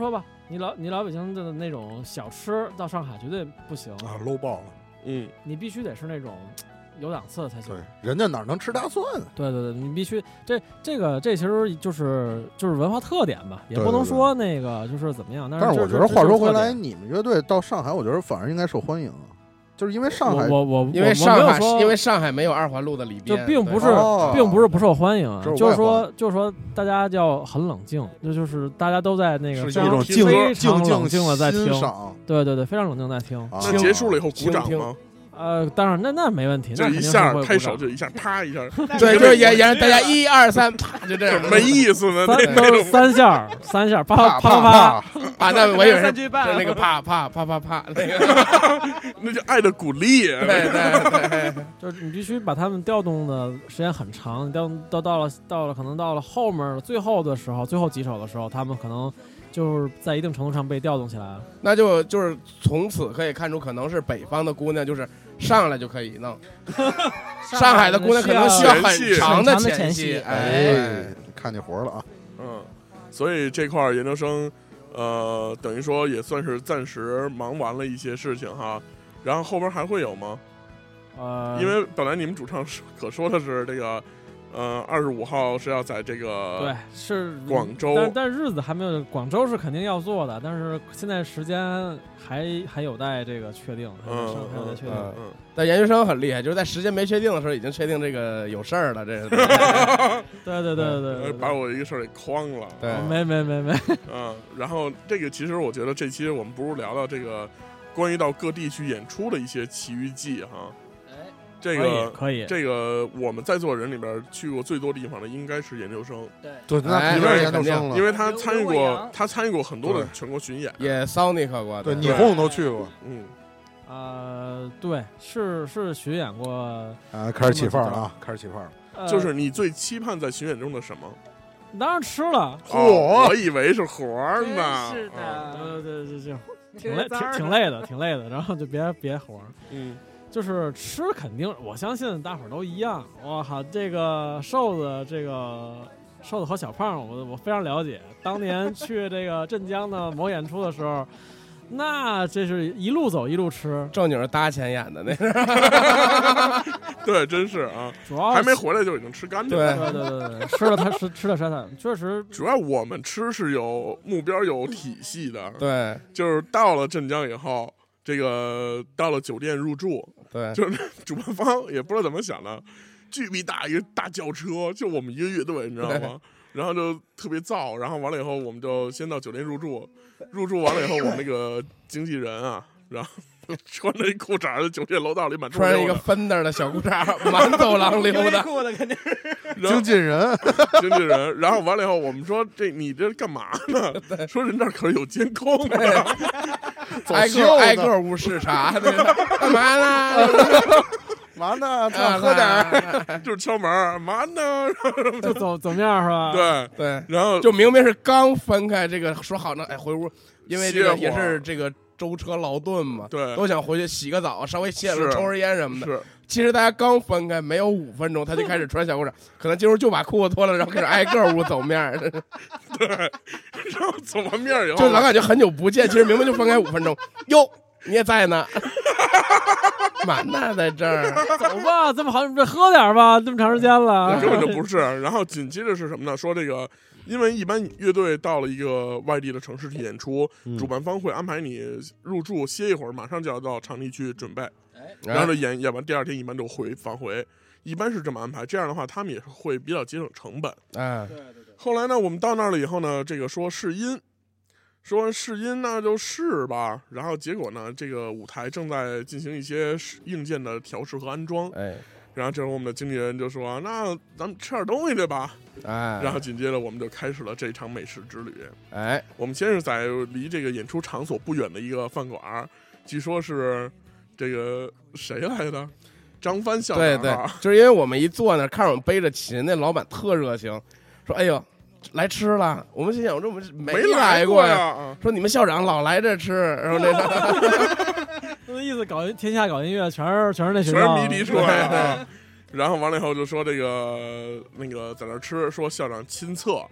你老你老北京的那种小吃到上海绝对不行啊 ，low 爆了。 嗯， 你必须得是那种有档次的才行。 对，人家哪能吃大蒜？ 对对对，你必须这这个这其实就是就是文化特点吧，也不能说那个就是怎么样。但是但是我觉得话说回来，你们乐队到上海，我觉得反而应该受欢迎。就是因为上海， 我我因为上海，因为上海没有二环路的里边， 就并不是，并不是不受欢迎啊，就是说，就是说，大家要很冷静，这就是大家都在那个是一种静静冷静的在听，对对对，非常冷静在听。 那结束了以后鼓掌吗？ 呃，当然，那那没问题， 就一下开手就一下啪一下， 对，就是也也大家一二三啪就这样， 没意思呢， 都是三下三下啪啪啪啊，那我以为是那个啪啪啪啪啪那个， 那就爱的鼓励， 对对对， 就是你必须把他们调动的时间很长，调到到了到了可能到了后面最后的时候，最后几首的时候，他们可能。就是在一定程度上被调动起来了， 那就就是从此可以看出，可能是北方的姑娘就是上来就可以弄，上海的姑娘可能需要很长的前戏。 哎，看见活了啊！ 嗯，所以这块研究生，呃，等于说也算是暂时忙完了一些事情哈，然后后边还会有吗？ 呃， 因为本来你们主唱可说的是这个。呃，二十五号是要在这个对是广州， 但但日子还没有，广州是肯定要做的，但是现在时间还还有待这个确定，还有还有待确定。 嗯，嗯但研究生很厉害，就是在时间没确定的时候已经确定这个有事儿了，这是。 对对对对对， 把我一个事儿给诓了。 对， 没没没没。 嗯，然后这个其实我觉得这期我们不如聊聊这个关于到各地去演出的一些奇遇记哈。这个可以， 这个我们在座人里边去过最多地方的应该是研究生， 对对，那肯定是研究生了， 因为他参与过，他参与过很多的全国巡演， 也 Sonic 过， 对，霓虹都去过， 嗯， 呃，对，是是巡演过， 啊，开始起范儿了啊，开始起范儿了， 就是你最期盼在巡演中的什么？ 当然吃了， 嚯，我以为是活儿呢， 是的， 对对对对，挺累，挺挺累的，挺累的，然后就别别活儿， 嗯。 就是吃肯定，我相信大伙儿都一样。我靠，这个瘦子，这个瘦子和小胖，我我非常了解。当年去这个镇江的某演出的时候，那这是一路走一路吃， 正经是搭钱演的那是。 对，真是啊， 主要还没回来就已经吃干净了。对对对对，吃了他吃吃了啥他确实。 主要我们吃是有目标、有体系的。 对， 就是到了镇江以后。这个到了酒店入住， 对， 就是主办方也不知道怎么想的，巨逼大一个大轿车，就我们一个乐队，你知道吗？然后就特别燥，然后完了以后，我们就先到酒店入住，入住完了以后，我们那个经纪人啊，然后穿着一裤衩在酒店楼道里满穿着一个分的的小裤衩满走廊溜达， 裤子肯定是经纪人， 经纪人。然后完了以后，我们说这你这干嘛呢？说人这儿可是有监控的。 挨个挨个屋视察，干嘛呢？ 嘛呢？ 喝点， 就是敲门，嘛呢？ 就走走面是吧？ 对对， 然后就明明是刚分开，这个说好呢，哎，回屋，因为这个也是这个舟车劳顿嘛， 对， 都想回去洗个澡，稍微歇会儿，抽根烟什么的。 是， 其实大家刚分开没有五分钟，他就开始穿小裤衩，可能今儿就把裤子脱了，然后开始挨个屋走面。 对，然后走完面以后， 就老感觉很久不见，其实明明就分开五分钟，哟，你也在呢。满呢，在这儿， 走吧，这么好，你喝点吧，这么长时间了， 根本就不是。然后紧接着是什么呢？说这个，因为一般乐队到了一个外地的城市去演出， 嗯、 主办方会安排你入住歇一会儿，马上就要到场地去准备，然后就演演完第二天一般就回返回，一般是这么安排。这样的话，他们也会比较节省成本。 哎， 对对对。 后来呢，我们到那儿了以后呢，这个说试音。说试音那就试吧，然后结果呢，这个舞台正在进行一些硬件的调试和安装， 哎， 然后这时候我们的经纪人就说：“那咱们吃点东西对吧？” 哎， 然后紧接着我们就开始了这场美食之旅。 哎， 我们先是在离这个演出场所不远的一个饭馆，据说是这个谁来的？张帆校长。 对对，就是因为我们一坐那，看着我们背着琴，那老板特热情，说：“哎呦。”来吃了，我们心想，我说我们没来过呀。说你们校长老来这吃，然后那个， 那意思搞天下搞音乐，全是全是那学校，全是迷笛出来的。然后完了以后就说这个那个在那吃，说校长亲测，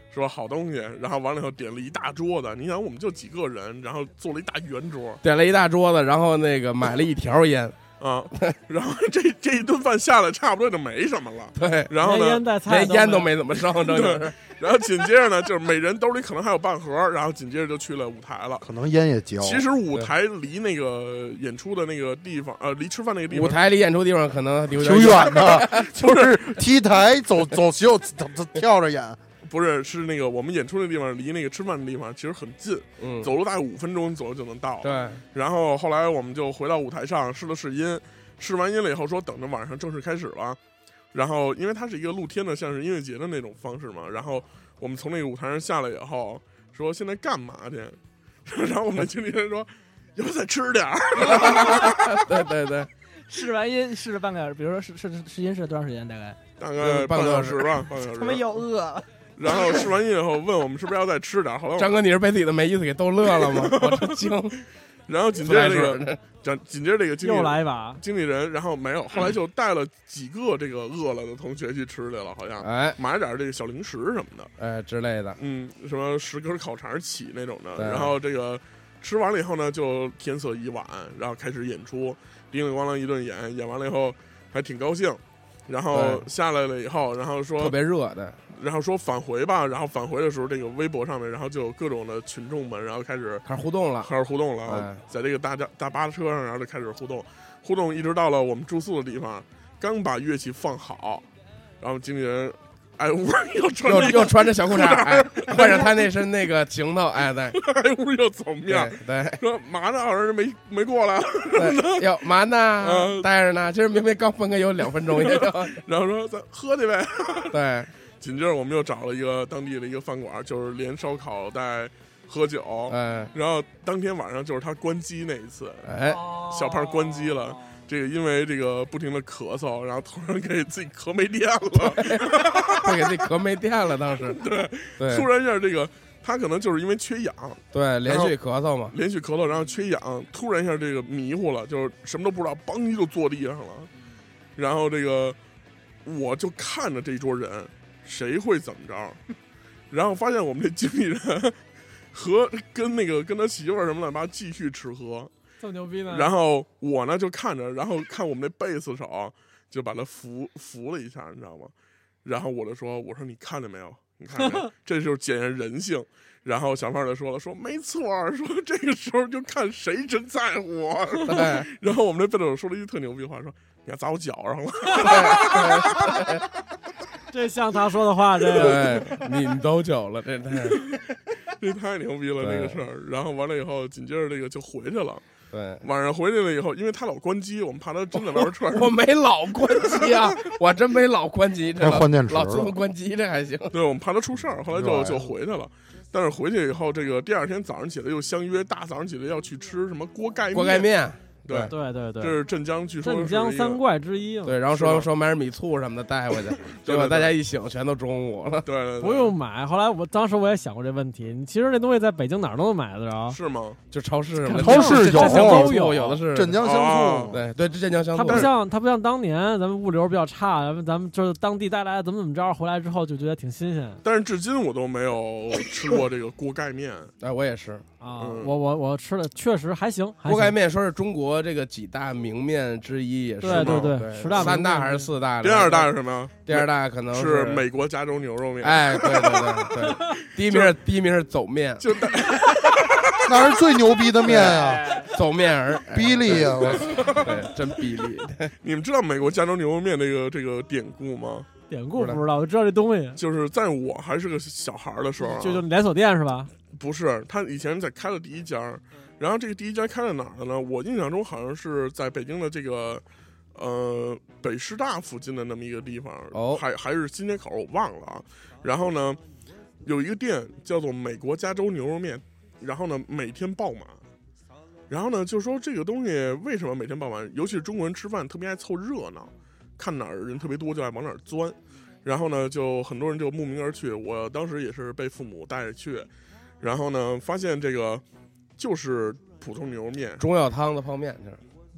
说好东西，然后完了以后点了一大桌子，你想我们就几个人，然后做了一大圆桌， 点了一大桌子，然后那个买了一条烟。 啊，然后这这一顿饭下来，差不多就没什么了。 对， 然后呢， 连烟都没怎么上， 对。然后紧接着呢，就是每人兜里可能还有半盒，然后紧接着就去了舞台了。 可能烟也嚼。 其实舞台离那个演出的那个地方，呃，离吃饭那个地方， 舞台离演出地方可能挺远的，就是 T 台走走秀走走跳着演。 不是，是那个我们演出的地方离那个吃饭的地方其实很近，嗯，走路大概五分钟左右就能到。 对。 然后后来我们就回到舞台上试了试音，试完音了以后说等着晚上正式开始了。然后因为它是一个露天的，像是音乐节的那种方式嘛。然后我们从那个舞台上下来以后，说现在干嘛去？然后我们的经纪人说，要不再吃点儿。 对对对。 试完音试了半个小时，比如说试试试音试了多长时间？大概大概半个小时吧，半个小时。 他们又饿了。 然后试完音以后问我们是不是要再吃点，后来张哥你是被自己的没意思给逗乐了吗？我真惊。 然后紧接着这个，紧紧接着这个经纪又来一把经纪人，然后没有，后来就带了几个这个饿了的同学去吃去了，好像哎买点这个小零食什么的， 哎之类的， 嗯，什么十根烤肠起那种的。然后这个吃完了以后呢，就天色已晚，然后开始演出，叮铃咣啷一顿演，演完了以后还挺高兴。然后下来了以后，然后说特别热的， 然后说返回吧。然后返回的时候，这个微博上面，然后就有各种的群众们，然后开始开始互动了， 开始互动了。 哎、 在这个大大大巴车上，然后就开始互动，互动一直到了我们住宿的地方，刚把乐器放好，然后经纪人挨屋又穿又又穿着小裤衩，哎，换上他那身那个行头，哎，对， 挨屋又走面， 对，对说嘛呢，好像是没没过来， 哟嘛呢，嗯、待着呢，今儿明明刚分开有两分钟， 然后说咱喝去呗， 对， 紧接着我们又找了一个当地的一个饭馆，就是连烧烤带喝酒， 哎， 然后当天晚上就是他关机那一次， 哎， 小胖关机了。这个因为这个不停的咳嗽，然后突然给自己咳没电了， 他给自己咳没电了，当时对对， 突然一下这个他可能就是因为缺氧， 对，连续咳嗽嘛， 连续咳嗽，然后缺氧，突然一下这个迷糊了，就是什么都不知道，嘣一就坐地上了，然后这个我就看着这一桌人谁会怎么着，然后发现我们这经纪人和跟那个跟他媳妇儿什么乱七八糟继续吃喝。 这么牛逼呢？ 然后我呢就看着，然后看我们那贝斯手就把他扶扶了一下，你知道吗？然后我就说：“我说你看见没有？你看见没有？这就是检验人性。”然后小胖就说了：“说没错，说这个时候就看谁真在乎我。”然后我们那贝斯手说了一句特牛逼的话，说：“你要砸我脚上了。” 这像他说的话，这个你你都久了，这太这太牛逼了这个事儿。然后完了以后，紧接着这个就回去了。 对， 晚上回去了以后，因为他老关机，我们怕他真的玩串。 我没老关机啊，我真没老关机，这换电池老这么关机这还行。 对，我们怕他出事儿，后来就就回去了。但是回去以后，这个第二天早上起来又相约，大早上起来要去吃什么锅盖面。 锅盖面。 对对对对， 这是镇江，据说镇江三怪之一。 对，然后说说买点米醋什么的带回去，结果大家一醒，全都中午了。 对对， 不用买。后来我当时我也想过这问题，你其实这东西在北京哪儿都能买得着。 是吗？ 就超市， 超市有都有， 有的是镇江香醋。 对对，镇江香醋。 它不像它不像当年咱们物流比较差，咱们咱们就是当地带来怎么怎么着，回来之后就觉得挺新鲜。 但是至今我都没有吃过这个锅盖面。 哎，我也是啊，我我我吃的确实还行。 锅盖面说是中国这个几大名面之一，也是对对对，十大三大还是四大？ 第二大是什么？ 第二大可能是美国加州牛肉面。 哎，对对对对，第一名是第一名是走面， 就那是最牛逼的面啊， 走面儿， 比利啊， 对，真比利。 你们知道美国加州牛肉面这个这个典故吗？ 典故不知道，我知道这东西。 就是在我还是个小孩的时候， 就就连锁店是吧？ 不是，他以前在开了第一家。然后这个第一家开在哪儿的呢？我印象中好像是在北京的这个，呃，北师大附近的那么一个地方， 哦， 还还是新街口，我忘了啊。然后呢，有一个店叫做美国加州牛肉面，然后呢每天爆满。然后呢就说这个东西为什么每天爆满？尤其是中国人吃饭特别爱凑热闹，看哪儿人特别多就爱往哪儿钻。然后呢就很多人就慕名而去，我当时也是被父母带着去。然后呢发现这个。就是普通牛肉面， 中药汤的泡面，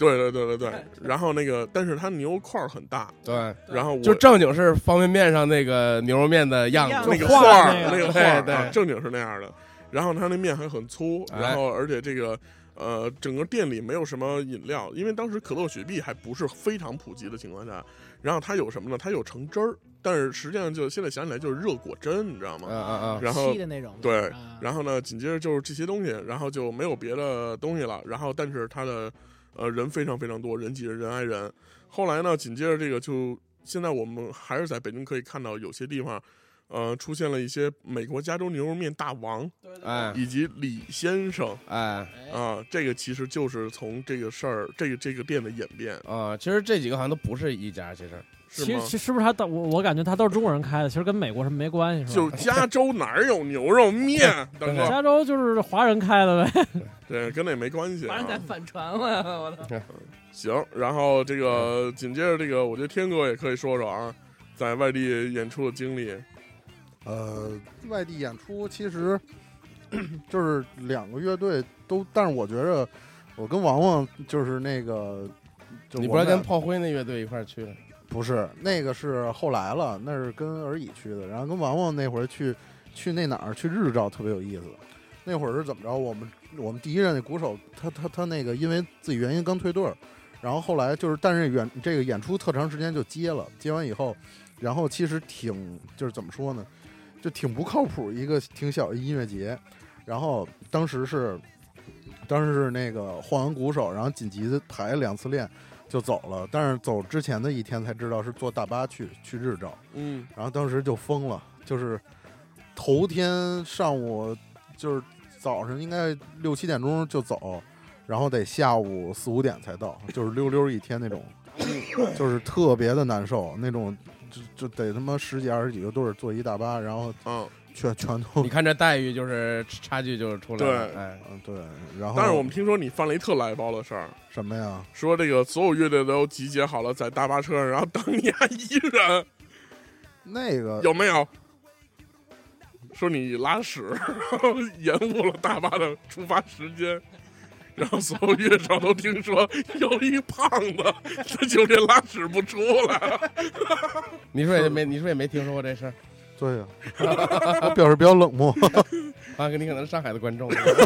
对对对对对，然后那个，但是它牛肉块很大， 对， 然后我就正经是方便面上那个牛肉面的样子， 那个画儿， 那个画儿， 对， 正经是那样的。然后它那面还很粗，然后而且这个呃，整个店里没有什么饮料，因为当时可乐、雪碧还不是非常普及的情况下，然后它有什么呢？它有橙汁儿。但是实际上，就现在想起来就是热果针，你知道吗？ 嗯嗯嗯。 然后的那种对， 啊、 然后呢，紧接着就是这些东西，然后就没有别的东西了。然后，但是它的呃人非常非常多，人挤人，人挨人。后来呢，紧接着这个就现在我们还是在北京可以看到有些地方，呃，出现了一些美国加州牛肉面大王， 哎， 以及李先生， 哎啊、呃，这个其实就是从这个事儿，这个这个店的演变啊、呃。其实这几个好像都不是一家，其实。 其实，其实是不是他？我我感觉他都是中国人开的，其实跟美国什么没关系，是吧？就加州哪有牛肉面？大哥， 加州就是华人开的呗。 对，跟那也没关系、啊。 华人在反传了，我操！ 行，然后这个紧接着这个，我觉得天哥也可以说说啊，在外地演出的经历。 呃，外地演出其实就是两个乐队都，但是我觉着我跟王王就是那个，就你不是跟炮灰那乐队一块儿去的？ 不是，那个是后来了，那是跟而已去的。然后跟王王那会儿去去那哪儿去日照特别有意思。那会儿是怎么着？我们我们第一任那鼓手他他他那个因为自己原因刚退队，然后后来就是但是演这个演出特长时间就接了，接完以后，然后其实挺就是怎么说呢，就挺不靠谱一个挺小的音乐节。然后当时是当时是那个换完鼓手，然后紧急的排两次练。就走了，但是走之前的一天才知道是坐大巴去去日照， 嗯， 然后当时就疯了，就是头天上午就是早上应该六七点钟就走，然后得下午四五点才到，就是溜溜一天那种，就是特别的难受，那种就就得他妈十几二十几个队儿坐一大巴，然后嗯。 全全都， 你看这待遇就是差距就是出来了， 对， 哎， 嗯对，然后， 但是我们听说你犯了一特赖包的事儿， 什么呀？ 说这个所有乐队都集结好了在大巴车上，然后等你还一人， 那个有没有？说你拉屎，然后延误了大巴的出发时间，然后所有乐手都听说有一胖子在酒店拉屎不出来。 你说也没，你说也没听说过这事儿。 对呀、啊，我表示比较冷漠。 啊，你可能是上海的观众。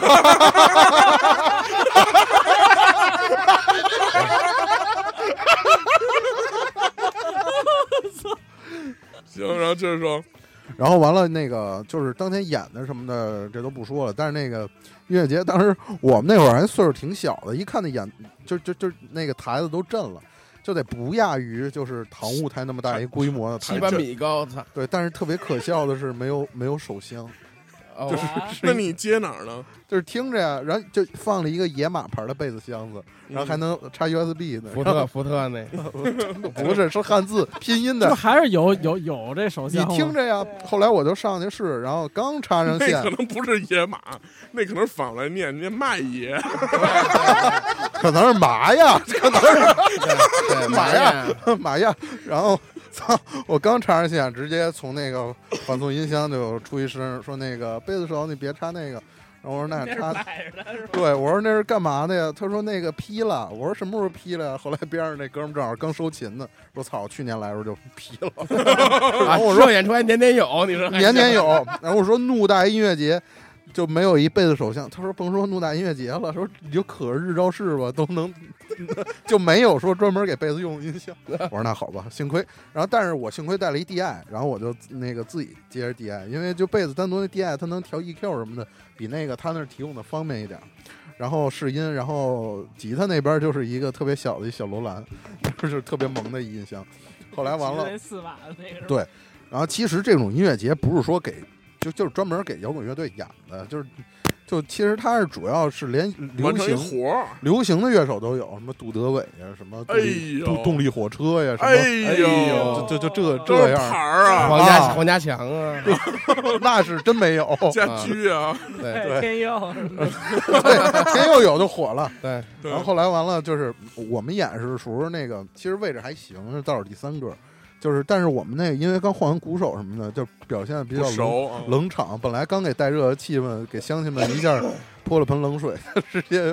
行，然后就是说， 然后完了那个就是当天演的什么的，这都不说了。但是那个音乐节当时我们那会儿还岁数挺小的，一看那演就就就那个台子都震了。就得不亚于就是唐舞台那么大一规模的台， 七八米高，操！ 对，但是特别可笑的是没有没有手箱， 哦、 就是那你接哪儿呢？ 就是听着呀，然后就放了一个野马牌的贝斯箱子，然后还能插 U S B 呢。 福特福特那不是是汉字拼音的， 还是有有有这手箱。 你听着呀，后来我就上去试，然后刚插上线， 那可能不是野马，那可能反过来念念麦野， 可能是麻呀，可能是马呀马呀，然后操，我刚插上线，直接从那个缓送音箱就出一声说那个贝斯手你别插那个。然后我说那插，对我说那是干嘛的呀？他说那个劈了。我说什么时候劈了呀？后来边上那哥们正好刚收琴呢，说操，去年来的时候就劈了。然后我说演出还年年有，你说年年有。然后我说怒大音乐节就没有一贝斯手像，他说甭说怒大音乐节了，说你就可日照市吧都能，就没有说专门给贝斯用音箱。我说那好吧，幸亏。然后但是我幸亏带了一 D I， 然后我就那个自己接着 D I， 因为就贝斯单独的 D I 它能调 E Q 什么的，比那个他那提供的方便一点。然后试音，然后吉他那边就是一个特别小的一小罗兰，就是特别萌的一音箱。后来完了，对，然后其实这种音乐节不是说给。就就是专门给摇滚乐队演的，就是就其实它是主要是连流行活流行的乐手都有，什么杜德伟呀，什么动力、 哎、 动力火车呀，什么哎呦， 就就就这这样牌儿啊， 黄家黄家强啊， 那是真没有家居啊， 对天佑， 对天佑有就火了， 对， 然后后来完了就是我们演是属于那个，其实位置还行，是倒数第三个。就是，但是我们那因为刚换完鼓手什么的，就表现比较冷冷场。本来刚给带热的气氛，给乡亲们一下泼了盆冷水，直接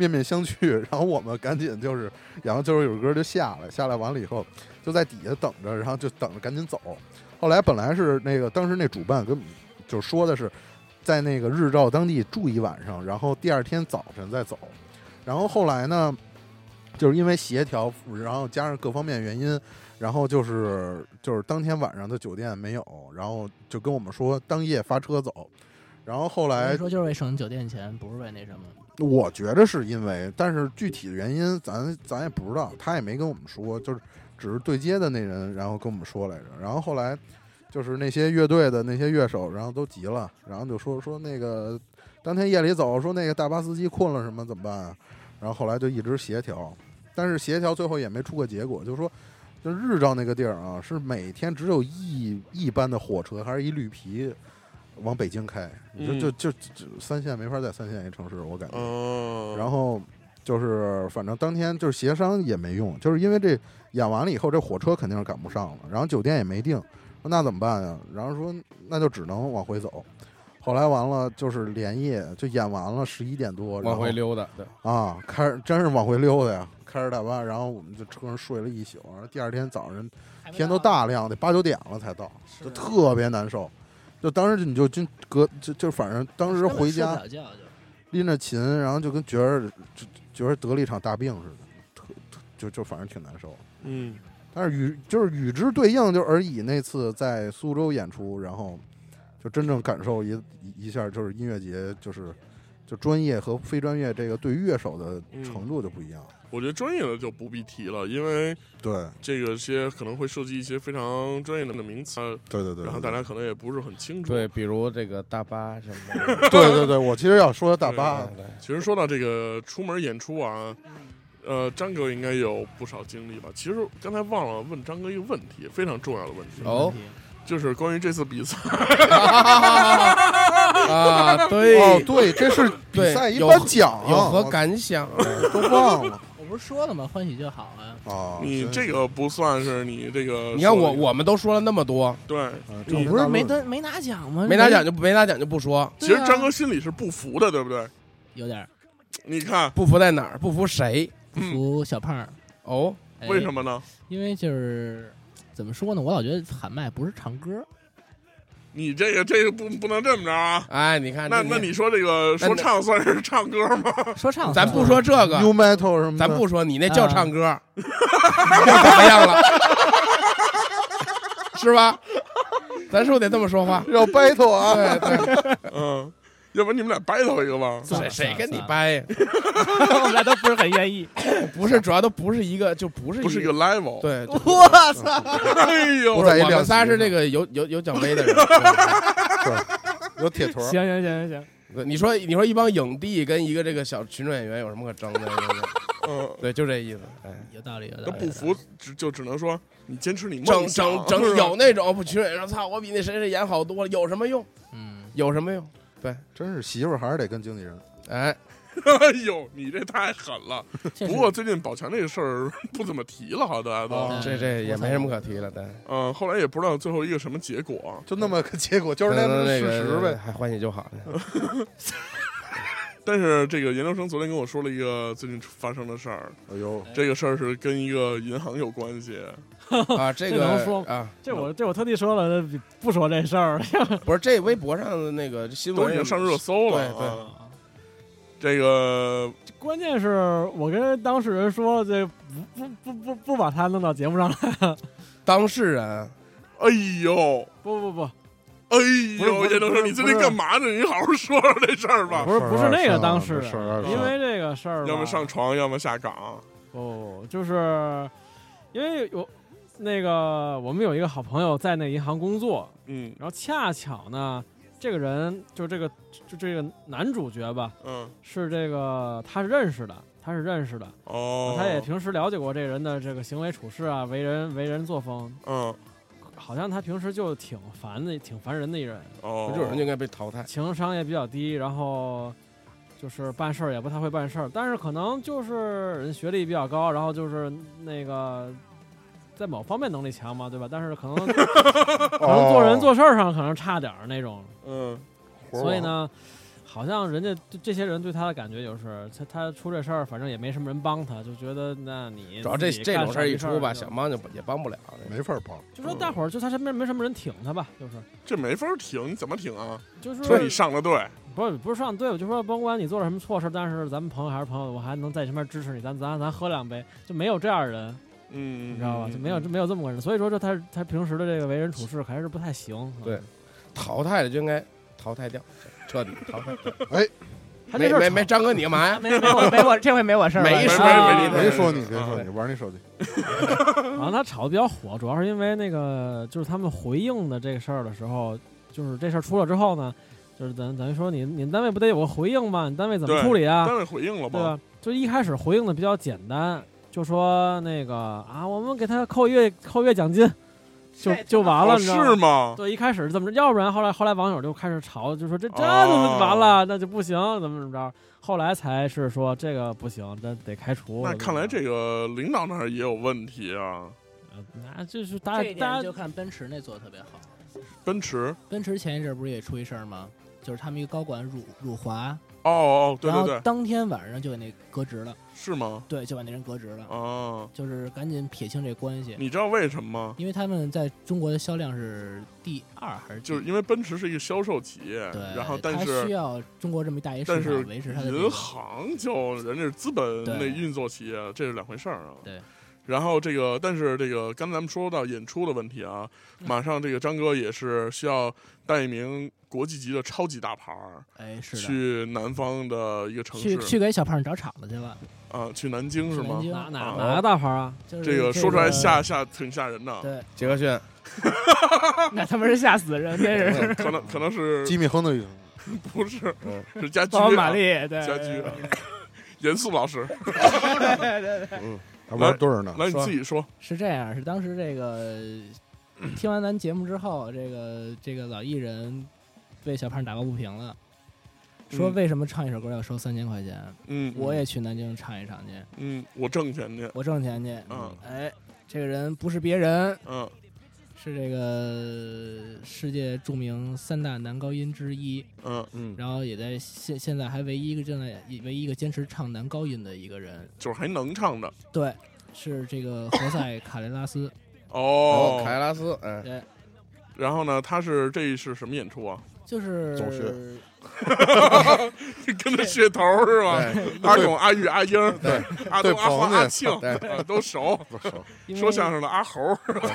面面相觑。然后我们赶紧就是演完最后一首歌就下来，下来完了以后就在底下等着，然后就等着赶紧走。后来本来是那个当时那主办跟就说的是在那个日照当地住一晚上，然后第二天早晨再走。然后后来呢，就是因为协调，然后加上各方面原因，然后就是就是当天晚上的酒店没有，然后就跟我们说当夜发车走。然后后来说就是为省酒店钱，不是为那什么。 我觉得是因为，但是具体的原因咱咱也不知道，他也没跟我们说，就是只是对接的那人然后跟我们说来着。然后后来就是那些乐队的那些乐手，然后都急了，然后就说说那个当天夜里走，说那个大巴司机困了什么怎么办啊？然后后来就一直协调，但是协调最后也没出个结果，就是说就日照那个地儿啊，是每天只有一一班的火车，还是一绿皮往北京开，就就就就三线没法在三线一城市，我感觉。 嗯、 然后就是反正当天就是协商也没用，就是因为这演完了以后，这火车肯定是赶不上了，然后酒店也没订，那怎么办呀？然后说那就只能往回走。后来完了就是连夜就演完了十一点多， 往回溜达，对啊，开真是往回溜达呀，开着大巴，然后我们就车上睡了一宿，然后第二天早上天都大亮，得八九点了才到，就特别难受。就当时你就就隔就就反正当时回家拎着琴，然后就跟觉得就觉得得了一场大病似的，特特就就反正挺难受。 嗯， 但是与就是与之对应，就而已那次在苏州演出，然后就真正感受一一下，就是音乐节就是就专业和非专业这个对乐手的程度就不一样。 嗯，我觉得专业的就不必提了，因为对这个些可能会涉及一些非常专业的名词， 对对对， 然后大家可能也不是很清楚。 对，比如这个大巴什么的。 对对对，我其实要说大巴。 其实说到这个出门演出啊，呃，张哥应该有不少经历吧？其实刚才忘了问张哥一个问题，非常重要的问题哦， 就是关于这次比赛。 啊，对， 哦对，这是比赛一颁奖， 有何感想？ 都忘了。 不是说了吗？欢喜就好啊！ 哦， 你这个不算是你这个， 你看我我们都说了那么多， 对， 你不是没得没拿奖吗？ 没拿奖就没拿奖就不说。 其实张哥心里是不服的，对不对？ 有点。 你看不服在哪儿？不服谁？ 不服小胖。 哦， 为什么呢？ 因为就是怎么说呢？我老觉得喊麦不是唱歌。 你这个这个不不能这么着啊！ 哎，你看， 那那你说这个说唱算是唱歌吗？ 说唱， 咱不说这个 ，New Metal 什么， 咱不说，你那叫唱歌，怎么样了？是吧？咱是不是得这么说话？ 要 battle 啊！ 对对， 嗯，要不你们俩 battle 一个吧？ 谁谁跟你掰呀？ 我们俩都不是很愿意。 不是，主要都不是一个，就不是不是一个 level。 对， 我操！ 哎呦， 不是我们仨是这个有有有奖杯的人， 有铁坨。 行行行行行， 你说你说一帮影帝跟一个这个小群众演员有什么可争的？ 嗯， 对，就这意思。哎， 有道理，有道理。 那不服只就只能说你坚持你梦整想。 整整有那种不群众演员，操，我比那谁谁演好多了，有什么用？ 嗯， 有什么用？对， 真是媳妇儿还是得跟经纪人。 哎。 哎呦，你这太狠了！不过最近宝强这个事儿不怎么提了，好，大家都、 哦、这这也没什么可提了，对。 嗯，后来也不知道最后一个什么结果， 就那么个结果，就是那么个事实呗， 还欢喜就好了。 但是这个研究生昨天跟我说了一个最近发生的事儿， 哎呦， 这个事儿是跟一个银行有关系啊，这个这能说啊， 这我这我特地说了，不说这事儿。 不是，这微博上的那个新闻都已经上热搜了， 对对。 啊这个关键是我跟当事人说，这不不不不不把他弄到节目上来。 当事人， 哎呦， 不不不， 哎呦，叶东升，你最近干嘛呢？你好好说说这事儿吧。 不是不是那个当事人， 啊、 因为这个事儿， 要么上床，要么下岗。 哦，就是因为有那个我们有一个好朋友在那银行工作， 嗯， 然后恰巧呢。这个人就这个就这个男主角吧， 嗯， 是这个他是认识的，他是认识的， 哦， 他也平时了解过这个人的这个行为处事啊，为人为人作风， 嗯， 好像他平时就挺烦的，挺烦人的一人， 哦， 这种人就应该被淘汰， 情商也比较低，然后就是办事儿也不太会办事儿，但是可能就是人学历比较高，然后就是那个。在某方面能力强嘛，对吧？但是可能可能做人做事上可能差点儿那种， 嗯， 所以呢， 好像人家这些人对他的感觉就是他他出这事儿，反正也没什么人帮他，就觉得那你主要这这种事儿一出吧，想帮就也帮不了， 没法帮。 就说大伙儿就他身边没什么人挺他吧，就是这没法挺，你怎么挺啊？ 就是说你上了队， 不是不是上队，我就说甭管你做了什么错事，但是咱们朋友还是朋友，我还能在前面支持你，咱咱咱喝两杯，就没有这样的人。 嗯， 你知道吧？就没有没有这么个人，所以说这他他平时的这个为人处事还是不太行。 对，淘汰的就应该淘汰掉，彻底淘汰。 哎， 没没没，张哥你干嘛呀？ 没没我没我这回没我事儿， 没说没你， 没说你，别说你，玩你手机。 然后他炒的比较火，主要是因为那个就是他们回应的这个事儿的时候，就是这事儿出了之后呢，就是等等于说你你单位不得有个回应吗？你单位怎么处理啊？ 单位回应了吗？ 对吧？就一开始回应的比较简单。就说那个啊，我们给他扣月扣月奖金，就就完了， 哦、 你知道吗？ 是吗？ 对，一开始是这么着，要不然后来后来网友就开始吵，就说这这就完了， 哦、 那就不行，怎么怎么着？后来才是说这个不行，这得开除。 那看来这个领导那儿也有问题啊。 呃、那就是大家大家就看奔驰那做的特别好。 奔驰， 奔驰前一阵不是也出一事儿吗？就是他们一个高管辱辱华。 哦哦，对对对， 然后当天晚上就给那革职了， 是吗？ 对，就把那人革职了。 哦， 就是赶紧撇清这关系。 你知道为什么吗？ 因为他们在中国的销量是第二还是？ 就是因为奔驰是一个销售企业， 对， 然后但是需要中国这么一大一市场维持它的。 银行就人家是资本那运作企业，这是两回事儿啊。 对。 然后这个，但是这个刚才咱们说到演出的问题啊，马上这个张哥也是需要带一名国际级的超级大牌儿， 哎，是的， 去南方的一个城市， 去去给小胖找厂子去了。 啊，去南京是吗？ 哪哪哪个大牌啊？ 就是这个说出来吓吓挺吓人的。 对， 杰克逊， 那他妈是吓死人，那是可能可能是吉米亨德， 不是，是家居， 宝马丽，对， 家居，严肃老师， 对对对， 嗯。玩对儿呢， 来你自己说。 是这样，是当时这个听完咱节目之后，这个这个老艺人被小胖打抱不平了，说为什么唱一首歌要收三千块钱？ 嗯， 我也去南京唱一场去。 嗯，我挣钱去， 我挣钱去。 嗯， 哎，这个人不是别人， 嗯， 是这个世界著名三大男高音之一。 嗯嗯， 然后也在现现在还唯一一个正在唯一一个坚持唱男高音的一个人， 就是还能唱的。 对，是这个活塞卡雷拉斯。 哦， 卡雷拉斯，哎， 对。 然后呢，他是这是什么演出啊？ 就是走穴， 跟着噱头是吧？阿董、阿玉、阿英， 对， 阿东、阿黄、阿庆，都熟。说相声的阿猴，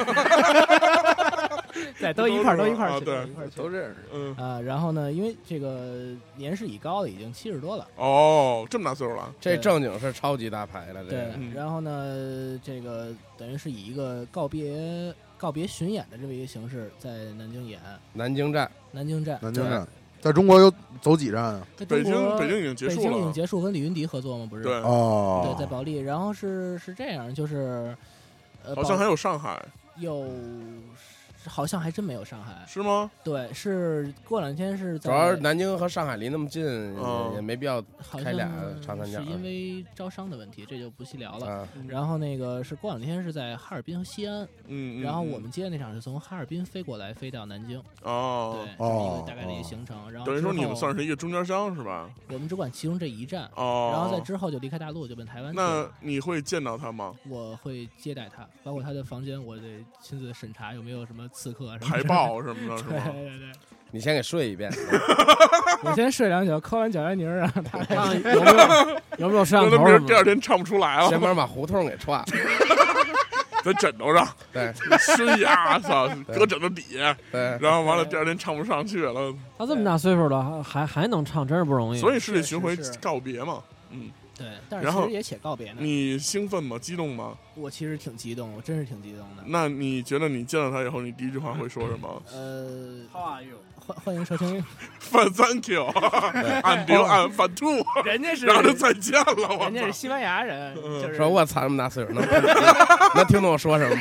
对，都一块儿，都一块儿去， 对， 都认识。 嗯啊，然后呢，因为这个年事已高了，已经七十多了。 哦，这么大岁数了， 这正经是超级大牌了。 对，然后呢，这个等于是以一个告别。告别巡演的这么一个形式，在南京演。 南京站， 南京站， 南京站，在中国有走几站啊？ 北京，北京已经结束了。 北京已经结束，跟李云迪合作吗？不是？ 对， 哦， 对，在保利。然后是是这样，就是，呃， 好像还有上海， 有，好像还真没有上海， 是吗？ 对，是过两天是。 主要是南京和上海离那么近， 嗯、 也没必要开俩长三角。 是因为招商的问题，这就不细聊了。 啊、 然后那个是过两天是在哈尔滨和西安， 嗯， 然后我们接的那场是从哈尔滨飞过来，飞到南京。 哦， 对，这么一个大概的一个行程。然后等于说你们算是一个中间商是吧？ 我们只管其中这一站。 哦， 然后在之后就离开大陆，就奔台湾去。 那你会见到他吗？ 我会接待他，包括他的房间，我得亲自审查有没有什么刺客、 排爆什么的，是吧？ 对对对。 你先给睡一遍， 我先睡两宿，抠完脚丫泥儿，让他看有没有有没有摄像头什么。 第二天唱不出来了， 先把胡同给串。 在枕头上， 对， 睡呀，操，搁枕头底下， 对， 然后完了第二天唱不上去了。 他这么大岁数了，还还能唱，真是不容易。 所以世界巡回告别嘛，嗯。 对，但是其实也且告别呢。 你兴奋吗？激动吗？ 我其实挺激动，我真是挺激动的。 那你觉得你见到他以后，你第一句话会说什么？ 呃 ，How are you？ 欢欢迎收听。 范 Thank you， 俺丢俺范兔， 人家是， 然后就再见了。 人家是西班牙人，就是说我操，那么大岁数，能能听懂我说什么吗？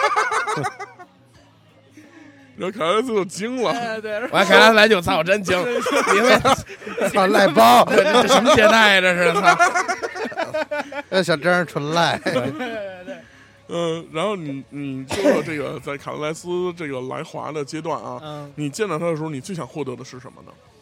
然后凯莱斯就惊了， 我还凯莱斯来就操，我真惊，因为操赖包， 这什么接待这是？操， 这小张纯赖。 对对对。 嗯，然后你你说说这个在卡特莱斯这个来华的阶段啊， 嗯， 你见到他的时候，你最想获得的是什么呢？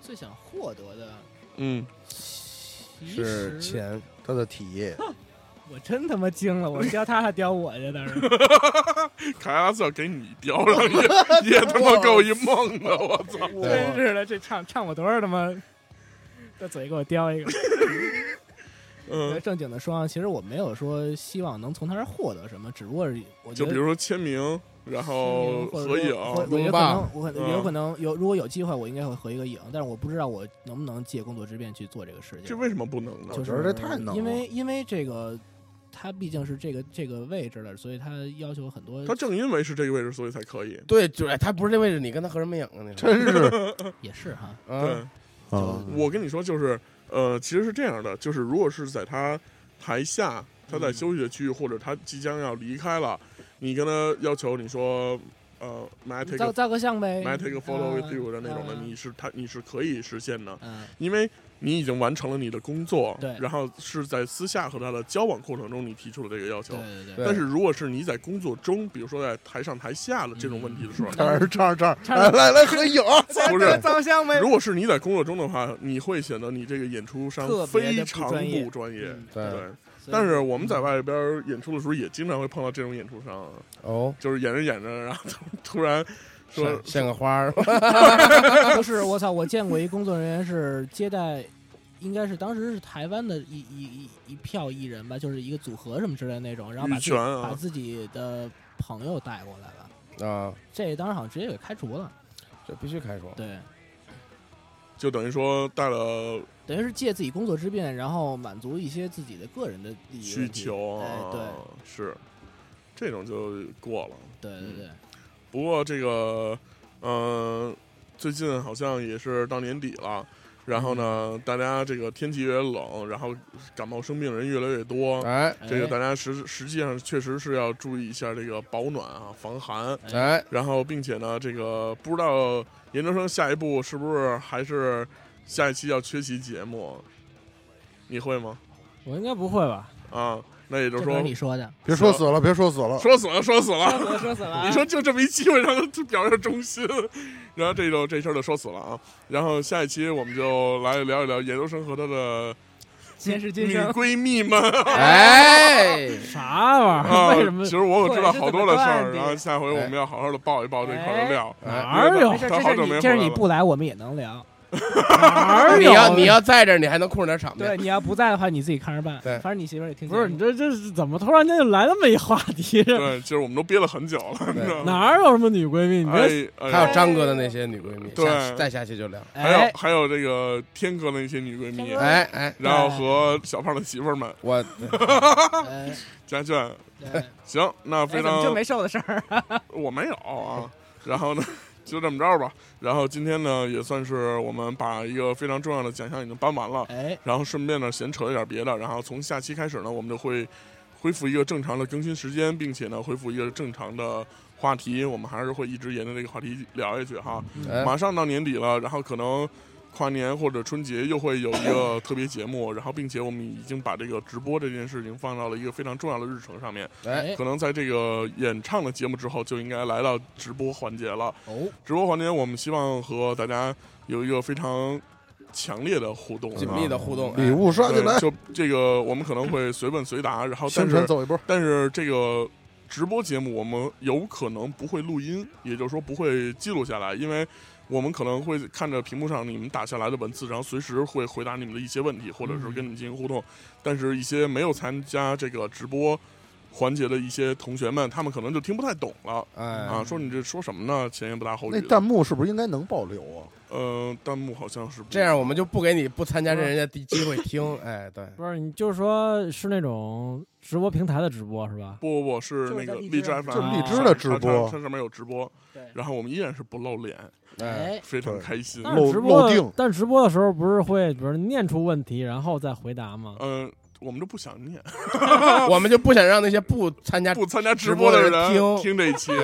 最想获得的， 嗯， 是钱， 他的体液。 我真他妈惊了，我雕他还雕我去，当时。 凯拉斯要给你雕上也也他妈够一梦的，我操！ 真是的，这唱唱我多少他妈的嘴给我雕一个。 嗯， 正经的说，其实我没有说希望能从他这获得什么，只不过是我就比如说签名，然后合影， 我有可能，我有可能有，如果有机会，我应该会合一个影，但是我不知道我能不能借工作之便去做这个事情。 这为什么不能呢？ 就是这太能， 因为因为这个。他毕竟是这个这个位置的，所以他要求很多。 他正因为是这个位置，所以才可以。 对，对，他不是这位置，你跟他合什么影啊？ 真是， 也是哈。 对，我跟你说，就是呃，其实是这样的，就是如果是在他台下，他在休息的区域，或者他即将要离开了，你跟他要求，你说呃 ，may I take 照照个相呗 ，may I take a photo with you 的那种的，你是他你是可以实现的， 嗯， 因为。你已经完成了你的工作， 对， 然后是在私下和他的交往过程中，你提出了这个要求， 对对对。 但是如果是你在工作中，比如说在台上台下的这种问题的时候， 这儿这儿这儿，来来来合影， 不是照相呗。 如果是你在工作中的话，你会显得你这个演出商非常不专业， 对。 但是我们在外边演出的时候，也经常会碰到这种演出商， 哦， 就是演着演着，然后突然。说献个花儿， 不是我操！我见过一工作人员是接待，应该是当时是台湾的一一一一票艺人吧，就是一个组合什么之类的那种，然后把自己、啊、把自己的朋友带过来了啊， 这当时好像直接给开除了， 这必须开除。 对， 就等于说带了， 等于是借自己工作之便，然后满足一些自己的个人的利益需求啊， 哎、对， 是这种就过了。 对对对。 嗯不过这个，嗯、呃，最近好像也是到年底了，然后呢，大家这个天气越冷，然后感冒生病人越来越多， 哎， 这个大家实实际上确实是要注意一下这个保暖啊，防寒， 哎， 然后并且呢，这个不知道研究生下一步是不是还是下一期要缺席节目，你会吗？ 我应该不会吧？ 啊。那也就是说， 你说的， 别说死了，别说死了， 说死了，说死了， 说死了，说死了。 你说就这么一机会让他表现忠心，然后这就这事儿就说死了啊。然后下一期我们就来聊一聊研究生和他的前世今女生闺蜜们。 哎， 啥玩意儿？ 啊， 为什么？ 其实我可知道好多的事儿，然后下回我们要好好的报一报这块的料。 哪有？ 他好久没回来了。 这是你不来，我们也能聊。 哪儿你要你要在这儿，你还能控制点场面。 对，你要不在的话，你自己看着办。 对， 反正你媳妇儿也听。 不是你这这是怎么突然间就来那么一话题？ 对，其实我们都憋了很久了。 哪有什么女闺蜜？你哎， 还有张哥的那些女闺蜜， 对， 再下期就聊。 还有还有这个天哥的那些女闺蜜， 哎哎， 然后和小胖的媳妇儿们， 我家眷，行，那非常就没瘦的事儿， 我没有啊。然后呢？就这么着吧，然后今天呢，也算是我们把一个非常重要的奖项已经颁完了， 哎， 然后顺便呢闲扯一点别的，然后从下期开始呢，我们就会恢复一个正常的更新时间，并且呢恢复一个正常的话题，我们还是会一直沿着这个话题聊下去哈。 嗯、 马上到年底了，然后可能跨年或者春节又会有一个特别节目，然后并且我们已经把这个直播这件事情放到了一个非常重要的日程上面。 哎， 可能在这个演唱的节目之后，就应该来到直播环节了。 哦， 直播环节我们希望和大家有一个非常强烈的互动， 紧密的互动， 礼物刷进来。 就这个我们可能会随问随答，然后但是走一波， 但是这个直播节目我们有可能不会录音，也就是说不会记录下来，因为我们可能会看着屏幕上你们打下来的文字，然后随时会回答你们的一些问题，或者是跟你们进行互动。但是，一些没有参加这个直播环节的一些同学们，他们可能就听不太懂了。 哎， 啊，说你这说什么呢？前言不搭后语。 那弹幕是不是应该能保留啊？ 呃，弹幕好像是这样，我们就不给你不参加这人家的机会听。哎，对， 不是你就是说是那种直播平台的直播是吧？ 不不不，是那个荔枝 F M， 就荔枝的直播， 它上面有直播。对，然后我们依然是不露脸。 哎， 非常开心。 但是直播，但直播的时候不是会，比如念出问题，然后再回答吗？ 嗯、呃，我们就不想念， 我们就不想让那些不参加不参加直播的人听听这一期。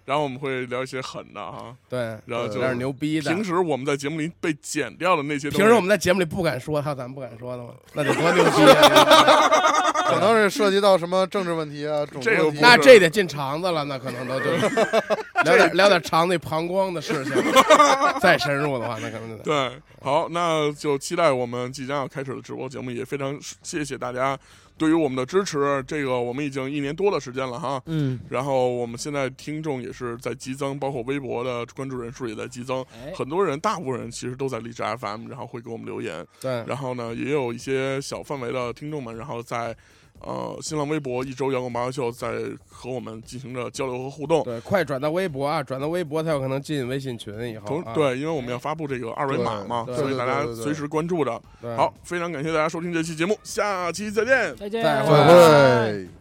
然后我们会聊一些狠的哈， 对， 然后就有点牛逼的。 平时我们在节目里被剪掉的那些东西， 平时我们在节目里不敢说，还有咱们不敢说的吗？那得多牛逼啊！ 可能是涉及到什么政治问题啊，种族问题， 那这得进肠子了，那可能都就聊点聊点肠内膀胱的事情，再深入的话，那可能对。好，那就期待我们即将要开始的直播节目，也非常谢谢大家对于我们的支持。这个我们已经一年多的时间了哈， 嗯， 然后我们现在听众也是在激增，包括微博的关注人数也在激增， 哎、 很多人，大部分人其实都在荔枝 F M， 然后会给我们留言， 对， 然后呢，也有一些小范围的听众们，然后在。呃，新浪微博一周摇滚八卦秀在和我们进行着交流和互动。 对，快转到微博啊，转到微博才有可能进微信群以后、啊。 对，因为我们要发布这个二维码嘛，所以大家随时关注着。好，非常感谢大家收听这期节目，下期再见， 再见， 再会。